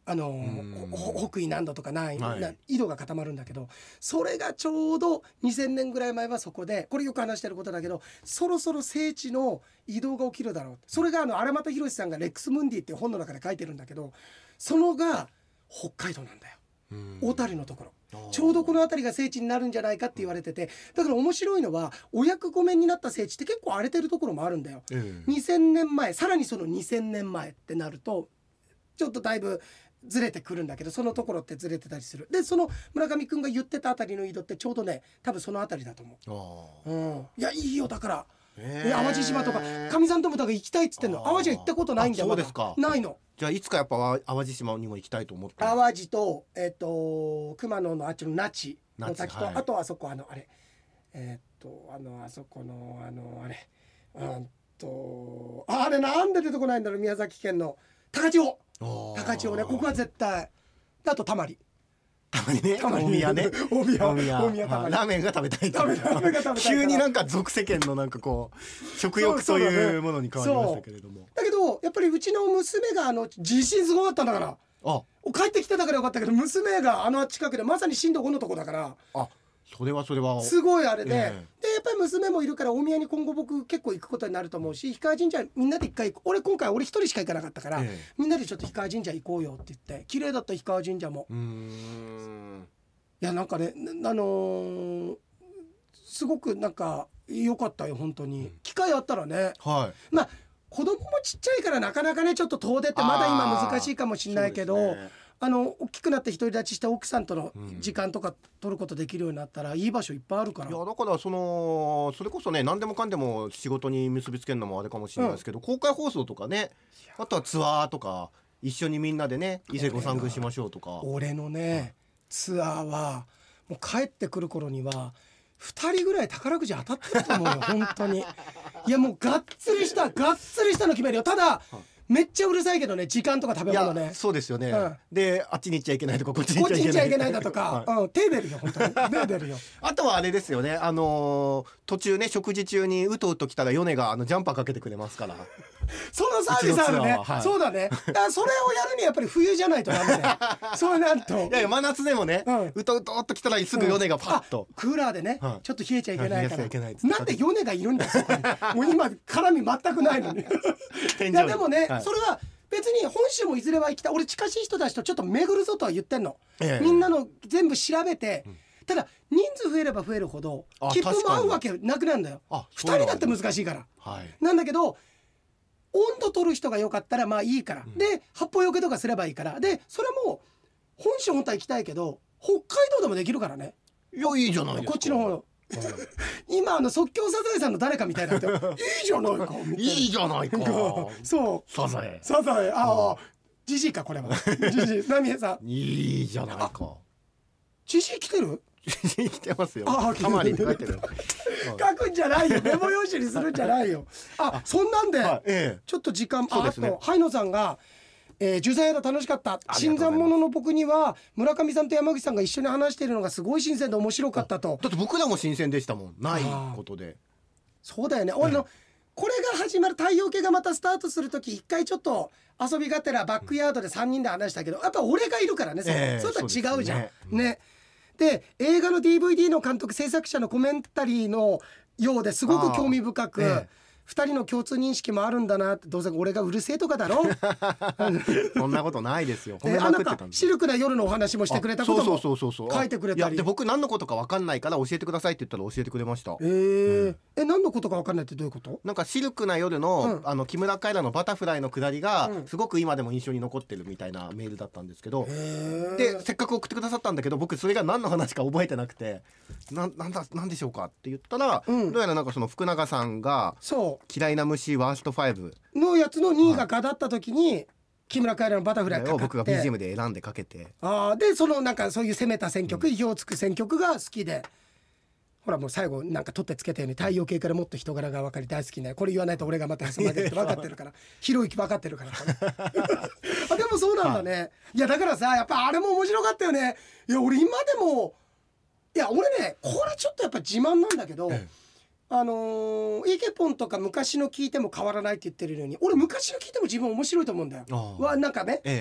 あのー、北緯何度とか何、はい、緯度が固まるんだけど、それがちょうどにせんねんぐらい前はそこで、これよく話してることだけど、そろそろ聖地の移動が起きるだろう。それがあの荒俣宏さんがレックスムンディっていう本の中で書いてるんだけど、そのが北海道なんだよ。小谷のところ、ちょうどこの辺りが聖地になるんじゃないかって言われてて、だから面白いのはお役御免になった聖地って結構荒れてるところもあるんだよ、うん、にせんねんまえ、さらにそのにせんねんまえってなるとちょっとだいぶずれてくるんだけど、そのところってずれてたりする。でその村上くんが言ってたあたりの緯度ってちょうどね、多分そのあたりだと思う、うん、いやいいよ。だから淡路島とかかみさんともだから行きたいっつってんの。淡路は行ったことないんだよ。 そうですか。 ないの。 じゃあいつかやっぱ淡路島にも行きたいと思って。 淡路とえっ、ー、と熊野のあっちの那智の滝と、はい、あとあそこあのあれえっ、ー、とあのあそこのあのあれうんとあれなんで出てこないんだろう、宮崎県の高千穂。高千穂ね、ここは絶対。あとたまり。 たまにね、大宮ね、 大宮、 大宮、大宮たまり、ラーメンが食べたいと。急になんか俗世間のなんかこう食欲というものに変わりましたけれども。 だけどやっぱりうちの娘があの地震すごかったんだから。あ、帰ってきてたからよかったけど、娘があの近くでまさに震度ごのとこだから。 あ、それはそれはすごいあれで、えー、でやっぱり娘もいるから大宮に今後僕結構行くことになると思うし、氷川神社みんなで一回行く。俺今回俺一人しか行かなかったから、えー、みんなでちょっと氷川神社行こうよって言って、綺麗だった氷川神社も。うーん、いやなんかね、あのー、すごくなんか良かったよ本当に、うん、機会あったらね、はい、まあ子供もちっちゃいからなかなかねちょっと遠出ってまだ今難しいかもしれないけど、ね、あの大きくなって独り立ちして奥さんとの時間とか取ることできるようになったら、うん、いい場所いっぱいあるから。 いやだからそのそれこそね、何でもかんでも仕事に結びつけるのもあれかもしれないですけど、うん、公開放送とかね、あとはツアーとか一緒にみんなでね伊勢ご参宮しましょうとか。 俺のね、うん、ツアーはもう帰ってくる頃にはふたりぐらい宝くじ当たってると思うよ本当に。いやもうがっつりしたがっつりしたの決めるよ。ただ、うん、めっちゃうるさいけどね、時間とか食べ物ね。 そうですよね、うん、であっちに行っちゃいけないとかこっちに行っちゃいけない、こっちに行っちゃいけないだとか、はい、うん、手出るよ本当に手出るよ。 あとはあれですよね、あのー、途中ね食事中にうとうと来たら米があのジャンパーかけてくれますからそのサービスあるね、はい、そうだね。だからそれをやるにはやっぱり冬じゃないとダメねそうなんと、 いやいや真夏でもね、うん、うとうとっと来たらすぐ米がパッと、 うん、クーラーでね、はい、ちょっと冷えちゃいけないから、 はい、 なんで米がいるんだよそこにもう今絡み全くないのにいやでもね、はい、それは別に本州もいずれは行きたい。俺近しい人たちとちょっと巡るぞとは言ってんの、ええ、みんなの全部調べて、うん、ただ人数増えれば増えるほど切符も合うわけなくなるんだよ。ふたりだって難しいから、はい、なんだけど温度取る人がよかったらまあいいから、うん、で八方よけとかすればいいから、でそれも本州本当は行きたいけど北海道でもできるからね。 いやいいじゃないですか、 こっちの方の今あの即興サザエさんの誰かみたいになっていいじゃないかいいじゃないかそうサザエサザエ、ああジジイかこれはジジイナミエさんいいじゃないか。 ジジイ来てる？ ジジイ来てますよ。あたまに書いてる書くんじゃないよ、メモ用紙にするんじゃないよ。あそんなんで、はい、ええ、ちょっと時間、あ、ね、あとハイノさんがえー、十三夜楽しかった。新参者の僕には村上さんと山口さんが一緒に話しているのがすごい新鮮で面白かったと。 だって僕らも新鮮でしたもん、ないことで。 そうだよね、俺の、うん、これが始まる太陽系がまたスタートするとき一回ちょっと遊びがてらバックヤードでさんにんで話したけど、やっぱ俺がいるからね、えー、それとは違うじゃん、ね、ね。で映画の ディーブイディー の監督制作者のコメンタリーのようですごく興味深く、えーふたりの共通認識もあるんだなって。どうせ俺がうるせえとかだろそんなことないですよ。褒めまくってたんです。 シルクな夜のお話もしてくれたことも書いてくれたり。いやで僕何のことか分かんないから教えてくださいって言ったら教えてくれました。 えーうん、え何のことか分かんないってどういうこと？ なんかシルクな夜の、うん、あの木村カエラのバタフライの下りが、うん、すごく今でも印象に残ってるみたいなメールだったんですけど、でせっかく送ってくださったんだけど僕それが何の話か覚えてなくて、ななんだなんでしょうかって言ったら、うん、どうやらなんかその福永さんが嫌いな虫ワーストファイブのやつのにいがガだった時に、はい、木村カエラのバタフライかかって僕が ビージーエム で選んでかけて、 あでそのなんかそういう攻めた選曲、意表をつく選曲が好きで、ほらもう最後なんか取ってつけたように太陽系からもっと人柄が分かり大好きね。これ言わないと俺がまた挟まれるって分かってるからひろゆき分かってるからあでもそうなんだね、はい、いやだからさやっぱあれも面白かったよね。いや俺今でもいや俺ねこれちょっとやっぱ自慢なんだけど、ええあのー、イケポンとか昔の聞いても変わらないって言ってるのに俺昔の聞いても自分面白いと思うんだよ。わなんかね、え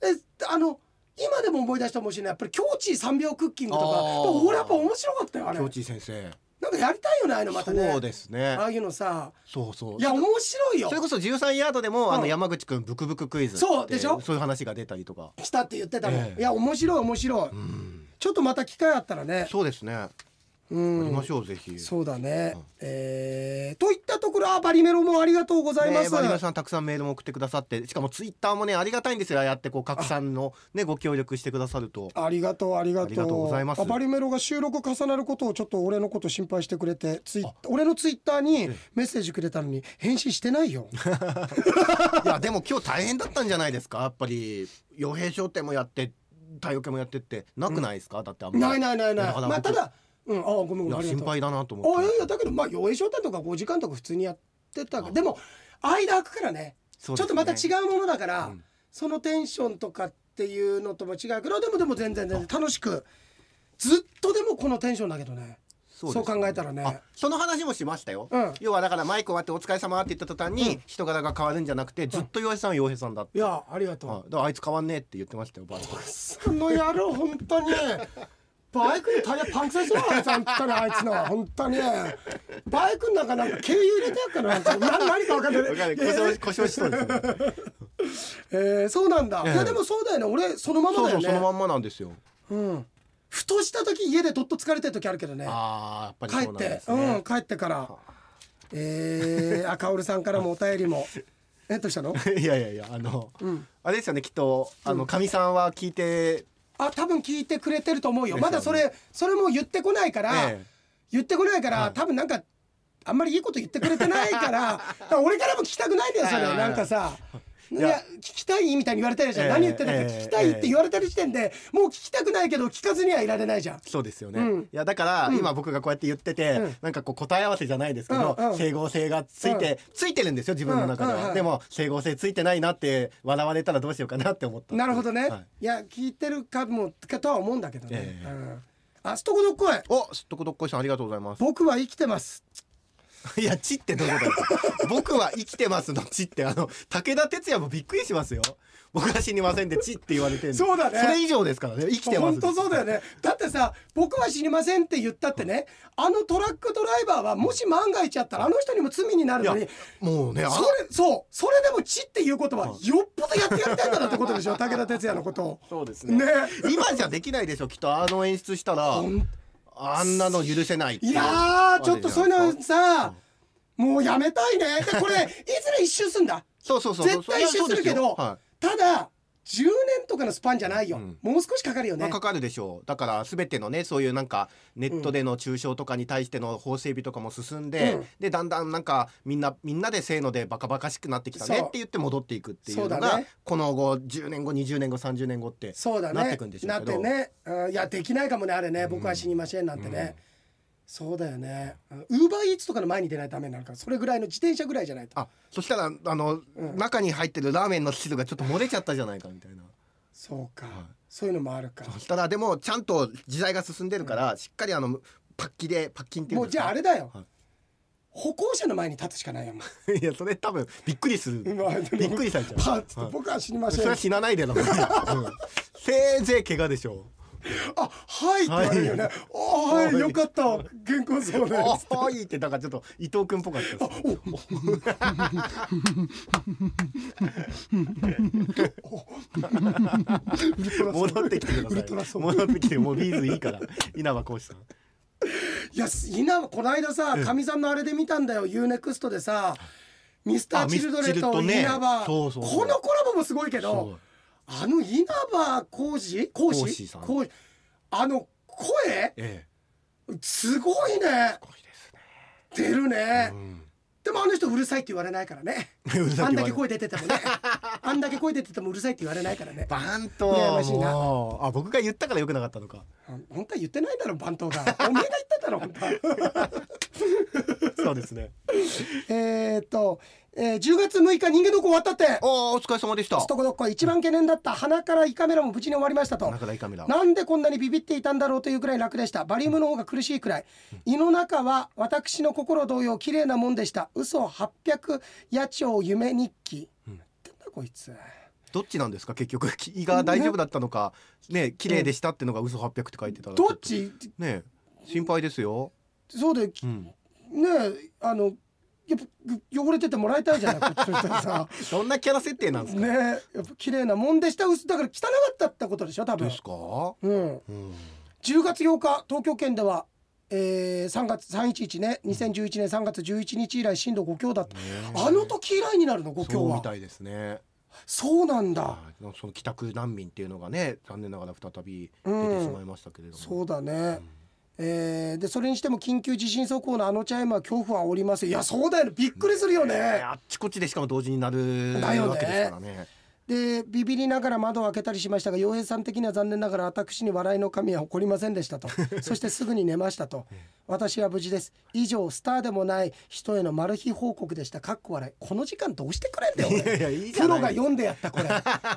えあの今でも思い出したかもしれない、やっぱり境地さんびょうクッキングとか俺やっぱ面白かったよあれ。 境地先生なんかやりたいよねああいうのまたね。 そうですね、 ああいうのさ、 そうそう、 いや面白いよ。 それこそじゅうさんヤードでも、 うんあの山口くんブクブククイズってそうでしょ、 そういう話が出たりとかしたって言ってたもん、 ええいや面白い面白い、 うん、 ちょっとまた機会あったらね。 そうですね、 うんやりましょうぜひ。 そうだね、 うんえー、といったところ、あバリメロもありがとうございます、 ね、バリメロさんたくさんメールも送ってくださって、しかもツイッターもねありがたいんですよ。ああやってこう拡散のねご協力してくださると。 ありがとうありがとうありがとうございます。 あバリメロが収録重なることをちょっと俺のこと心配してくれて、ツイ俺のツイッターにメッセージくれたのに返信してないよいやでも今日大変だったんじゃないですか。やっぱり傭兵商店もやって太陽系もやってってなくないですか、うん、だってあんまないないないない、 だからまあただうん、あごめんごめん、 いやありがとう。 心配だなと思って。 あいやいやだけどまあ洋映商店とかごじかんとか普通にやってたから、でも間空くからね、 そうですね、 ちょっとまた違うものだから、 うん、 そのテンションとかっていうのとも違うけど、でもでも全然全然楽しくずっとでもこのテンションだけどね。そう、そう考えたらね、 あその話もしましたよ、うん、要はだからマイク終わってお疲れ様って言った途端に人柄が変わるんじゃなくて、ずっと洋平さんは洋平さんだって、 いやありがとう、 はい、だからあいつ変わんねえって言ってましたよバイク。 その野郎本当にバイクのタイヤパンクさせろあいつ、本当にあいつの本当にバイクの中なんか軽油入れてやっからな何か分かんない分かんない故障故障しそうですねえー、そうなんだ、えー、いやでもそうだよね、俺そのままだよね。 そうそうそのまんまなんですよ、 うん、ふとした時家でどっと疲れてる時あるけどね、 あやっぱりそうなんですね、帰って、うん、 ね、 帰ってからえー、あかおるさんからもお便りもえっとしたのいやいやいやあの、うん、あれですよねきっとあのかみ、うん、さんは聞いてあ多分聞いてくれてると思うよ。まだそれそれも言ってこないから、ええ、言ってこないから、はい、多分なんかあんまりいいこと言ってくれてないから俺からも聞きたくないんだよそれなんかさいや聞きたいみたいに言われてるじゃん、えー、何言ってんだか聞きたいって言われてる時点で、えー、もう聞きたくないけど聞かずにはいられないじゃん。 そうですよね、うん、いやだから、うん、今僕がこうやって言ってて、うん、なんかこう答え合わせじゃないですけど、うんうん、整合性がついて、うん、ついてるんですよ自分の中では、うんうん、でも整合性ついてないなって笑われたらどうしようかなって思った。 なるほどね、はい、いや聞いてるかもかとは思うんだけどね、えーうん、あすとこどっこいおすっとこどっこいさんありがとうございます。 僕は生きてますいやちってどういうことですか僕は生きてますのちってあの武田鉄矢もびっくりしますよ。僕は死にませんでちって言われてるそうだね、 それ以上ですからね。生きてます本当そうだよね。だってさ僕は死にませんって言ったってね、あのトラックドライバーはもし万が一あったらあの人にも罪になるのに、 もうねそれそうそれでもちっていうことはよっぽどやってやりたいんだなってことでしょ武田鉄矢のことを。 そうですね、ね今じゃできないでしょきっとあの演出したらあんなの許せないっていやーちょっとそういうのさ、うん、もうやめたいね。でこれいずれ一周すんだそうそうそう絶対一周するけど、はい、ただじゅうねんとかのスパンじゃないよ、うん、もう少しかかるよね、 まあ、かかるでしょう。だから全てのねそういうなんかネットでの中傷とかに対しての法整備とかも進んで、うん、でだんだんなんかみんなみんなでせーのでバカバカしくなってきたねって言って戻っていくっていうのが、ね、この後じゅうねんごにじゅうねんごさんじゅうねんごってなっていくんでしょうけど、 そうだねなってね、うん、いやできないかもねあれね、僕は死にませんなんてね、うんそうだよね。ウーバーイーツとかの前に出ないとダメになるからそれぐらいの自転車ぐらいじゃないと。 あそしたらあの、うん、中に入ってるラーメンの汁がちょっと漏れちゃったじゃないかみたいな。 そうか、 はい、 そういうのもあるか。 そしたらでもちゃんと時代が進んでるから、うん、しっかりあのパッキでパッキンっていうんですか。 もうじゃああれだよ、はい、歩行者の前に立つしかないよいやそれ多分びっくりする、まあ、びっくりされちゃう。 パッつって僕は死にません、 それは死なないでな、うん、せいぜい怪我でしょう。 あはいって言われるよね、はい、あはいよかった原稿そうねあはいってなんかちょっと伊藤君っぽかったです戻ってきてください。戻ってきてもうビーズいいから稲葉浩志さん。 いや稲葉この間さかみさんのあれで見たんだよ ユーネクストでさミスターチルドレと稲葉、そうそうそうこのコラボもすごいけどあの稲葉浩二浩二さんあの声、ええ、すごいね。すごいですね。出るね、うん、でもあの人うるさいって言われないからねあんだけ声出ててもねあんだけ声出ててもうるさいって言われないからね。 番頭羨ましいな。あ僕が言ったからよくなかったのか。 本当は言ってないだろ番頭がおめえが言っただろ本当そうですねえっとえー、じゅうがつむいか人間ドック終わったって。 おお疲れ様でした。 ストコドッコ一番懸念だった鼻から胃カメラも無事に終わりましたと。 鼻から胃カメラなんでこんなにビビっていたんだろうというくらい楽でした。バリウムの方が苦しいくらい、うん、胃の中は私の心同様綺麗なもんでした。嘘はっぴゃく野鳥夢日記、うん、なんだこいつどっちなんですか結局胃が大丈夫だったのかね綺麗でしたってのが嘘はっぴゃくって書いてたらどっちね心配ですよ。 そうで、うん、ねあのやっぱ汚れててもらいたいじゃないこっちとしたらさそんなキャラ設定なんですかね。 やっぱ綺麗なもんでした薄だから汚かったってことでしょ多分ですか、 うん、うん、じゅうがつようか東京圏ではえー、さんがつさんいちいちねにせんじゅういちねんさんがつじゅういちにち以来震度ご強だった、あの時以来になるのご強は。 そうみたいですね。 そうなんだ。 その帰宅難民っていうのがね残念ながら再び出てしまいましたけれども、 うん、そうだね、うんえー、でそれにしても緊急地震速報のあのチャイムは恐怖はおります。いやそうだよねびっくりするよね、ねあっちこっちでしかも同時になるわけですからね。 でビビりながら窓を開けたりしましたが陽平さん的には残念ながら私に笑いの神は起こりませんでしたとそしてすぐに寝ましたと私は無事です。以上スターでもない人へのマル秘報告でした。かっこ笑い。この時間どうしてくれんだよ俺。いやいやいいプロが読んでやったこれ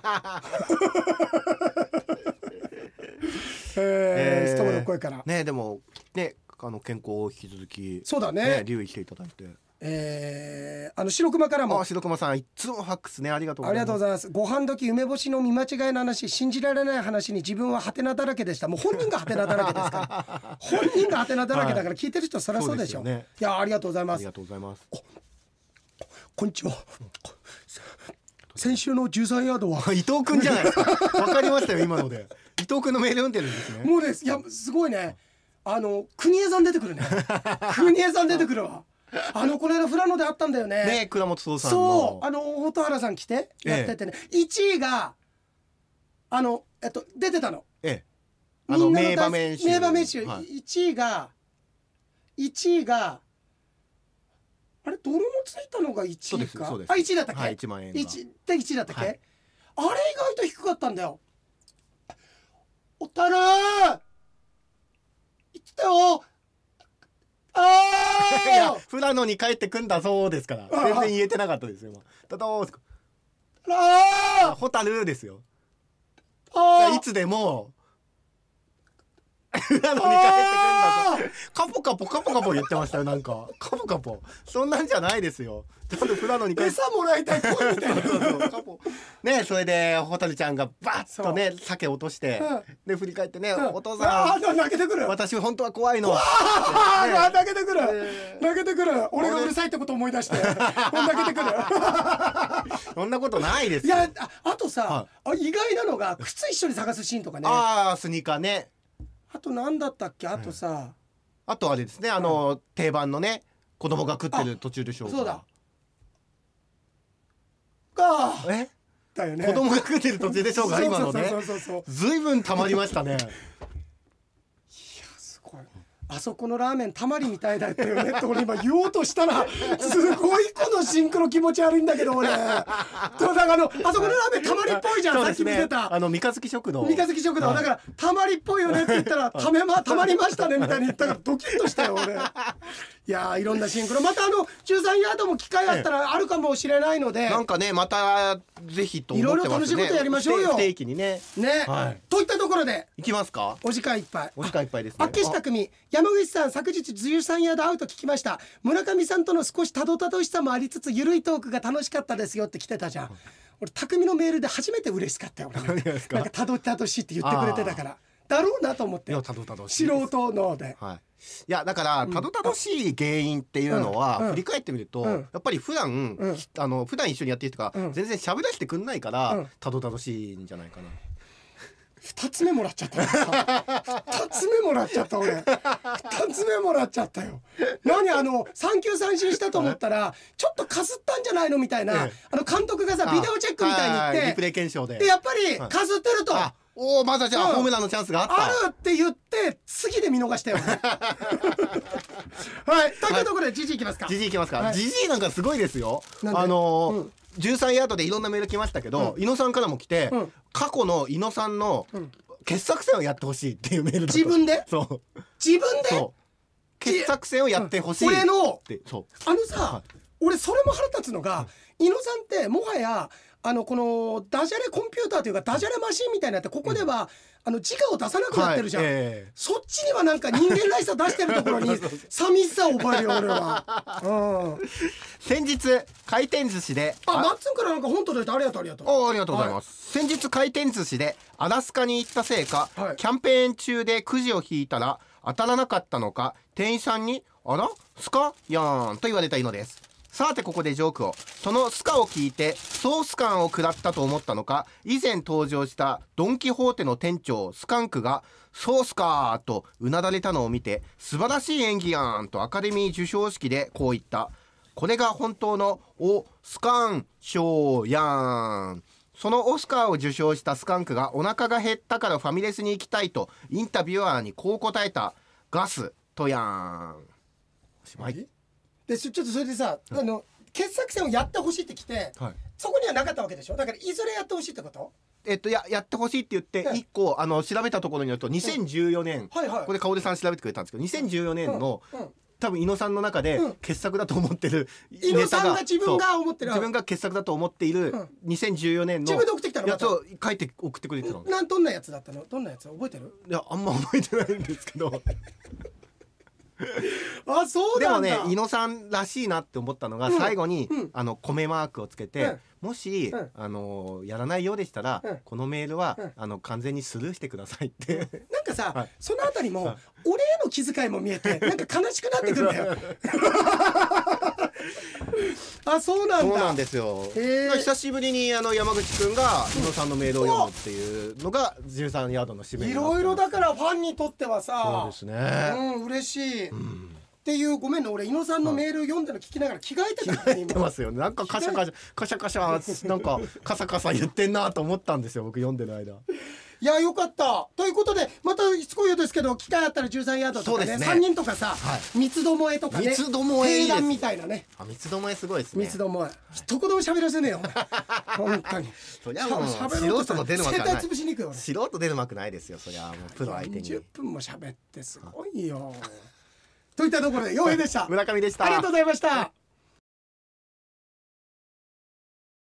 えーえー、ストーブの声からねでもねあの健康を引き続きそうだね留意していただいてえー、あの白熊からもあ白熊さんいつもファックスねありがとうございます。 ありがとうございます。ご飯時梅干しの見間違いの話信じられない話に自分はハテナだらけでした。もう本人がハテナだらけですから本人がハテナだらけだから聞いてる人はそりゃそうでしょ、はいね、いやありがとうございます。 ありがとうございます。 こんにちは、うん、先週のじゅうさんヤードは伊藤くんじゃないですかわかりましたよ今ので伊藤くんのメール読んでるんですね。 もうですいやすごいねあの国枝さん出てくるね国枝さん出てくるわあのこの間富良野であったんだよね。 ね倉本総さんのそうあの蛍原さん来てやっててね、ええ、いちいがあのえっと出てたの。 ええあの名場面集名場面集、はい、いちいがいちいがあれ泥のついたのがいちいかあいちいだったっけ、 はい、いちまんえんがいちでいちいだったっけ、はい、あれ意外と低かったんだよ。おたらー言ってたよあいや富良野に帰ってくんだそうですから全然言えてなかったですよ。ただーあホタルですよ。あいつでも富良野に帰ってくんだぞカポカポカポカポ言ってましたよ。なんかカポカポそんなんじゃないですよ。ちょっと富良野に帰って餌もらいたい声みたいなそうそうカポねそれでホタルちゃんがバッとね鮭落として、うん、で振り返ってね、うん、お父さん泣けてくる私本当は怖いの、ね、 泣けてくる、えー、泣けてくる俺がうるさいってこと思い出して泣けてくるそんなことないですいや あ, あとさ、はい、意外なのが靴一緒に探すシーンとかね。 ああスニーカーね。 あと何だったっけあとさ、うん、 あとあれですねあの、うん、定番のね子供が食ってる途中でしょうか。 そうだかえだよね子供が食ってる途中でしょうか今のねずいぶんたまりましたねいやすごいあそこのラーメンたまりみたいだったよねって俺今言おうとしたらすごいこのシンクロ気持ち悪いんだけど俺だからあのあそこのラーメンたまりっぽいじゃん、ね、さっき見てたあの三日月食堂三日月食堂、はい、だからたまりっぽいよねって言ったらためまたまりましたねみたいに言ったからドキッとしたよ俺いやーいろんなシンクロまたあのじゅうさんヤードも機会あったらあるかもしれないので、 なんかねまたぜひと思ってますね。いろいろ楽しいことやりましょうよ不定期にねね、はい、といったところでいきますか。 お時間いっぱいお時間いっぱいですね。 秋下組山口さん昨日じゅうさんヤードアウト聞きました。村上さんとの少したどたどしさもありつつゆるいトークが楽しかったですよって来てたじゃん。俺匠のメールで初めて嬉しかったよ俺、ね、なんかたどたどしいって言ってくれてたからだろうなと思ってたどたどしい素人ので、 はい、いやだからたどたどしい原因っていうのは、うん、振り返ってみると、うん、やっぱり普段、うん、あの普段一緒にやってる人が全然喋らせてくんないからたどたどしいんじゃないかな。 二つ目もらっちゃった二つ目もらっちゃった俺二つ目もらっちゃったよ。何あの三球三振したと思ったらちょっとかすったんじゃないのみたいな、ええ、あの監督がさビデオチェックみたいに言ってリプレイ検証ででやっぱりかすってると、はい、 おおまだじゃあ、うん、ホームランのチャンスがあったあるって言って次で見逃したよねはいというところでジジイいきますか。 ジジイいきますか。ジジイなんかすごいですよ。あのーうんじゅうさんヤードでいろんなメール来ましたけど、うん、伊野さんからも来て、うん、過去の伊野さんの傑作戦をやってほしいっていうメールだった。 自分でそう自分でそう傑作戦をやってほしい、 うん、俺のそうあのさ、はい、俺それも腹立つのが、うん、伊野さんってもはやあのこのダジャレコンピューターというかダジャレマシンみたいになって、ここではあの自我を出さなくなってるじゃん、 はいえーそっちにはなんか人間らしさ出してるところに寂しさを覚えるよ俺は、うん、 先日回転寿司であ、マッツンからなんか本届いた、ありがとうありがとう。 あありがとうございます、はい、先日回転寿司でアラスカに行ったせいか、はい、キャンペーン中でくじを引いたら当たらなかったのか、店員さんにあらスカやーんと言われたのです。さてここでジョークを。そのスカを聞いてソース感を食らったと思ったのか、以前登場したドン・キホーテの店長スカンクがソースかーとうなだれたのを見て、素晴らしい演技やーんとアカデミー授賞式でこう言った。これが本当のオスカン賞やーん。そのオスカーを受賞したスカンクがお腹が減ったからファミレスに行きたいとインタビュアーにこう答えた。ガスとやーん。おしまい。 でちょっとそれでさ、あの傑作選をやってほしいって来て、はい、そこにはなかったわけでしょ。だからいずれやってほしいってこと？ えっと、や, やってほしいって言っていっこ、あの調べたところによるとにせんじゅうよねん、うんはいはい、これ香織さん調べてくれたんですけどにせんじゅうよねんの、うんうん、多分伊野さんの中で傑作だと思ってる、 うん、伊野さんが自分が思ってる自分が傑作だと思っている、うん、にせんじゅうよねんの自分で送ってきたのやつを書いて送ってくれてたの。 なんどんなやつだったの？どんなやつ覚えてる？ いやあんま覚えてないんですけどあ、そうなんだ。 でもね伊野さんらしいなって思ったのが、うん、最後に、うん、あの米マークをつけて、うん、もし、うん、あのやらないようでしたら、うん、このメールは、うん、あの完全にスルーしてくださいってなんかさ、 はい、 そのあたりも、はい、俺への気遣いも見えてなんか悲しくなってくるんだよあ、そうなんだ。 そうなんですよ。久しぶりにあの山口くんが伊野さんのメールを読むっていうのがじゅうさんヤードの締めになってます。 いろいろだからファンにとってはさ、 そうですね、 うん、嬉しい、うん、っていう。ごめんね、俺伊野さんのメール読んだの聞きながら着替えてた、 着替えてますよね。なんかカシャカシャカシャカシャなんかカサカサ言ってんなと思ったんですよ、僕読んでる間。 いやよかったということで、またしつこいようですけど機会あったらじゅうさんヤードとか ね, ねさんにんとかさ、はい、三つどもえとかね、 三つどもえいいです。 定談みたいなね。 あ、三つどもえすごいですね。 三つどもえ一言も喋らせねえよ本当に。 そりゃもう素人の出る幕ない。 潰しに行くよ素人出る幕ないですよ。そりゃもうプロ相手にじゅっぷんも喋ってすごいよといったところで陽平でした。 村上でした。 ありがとうございました。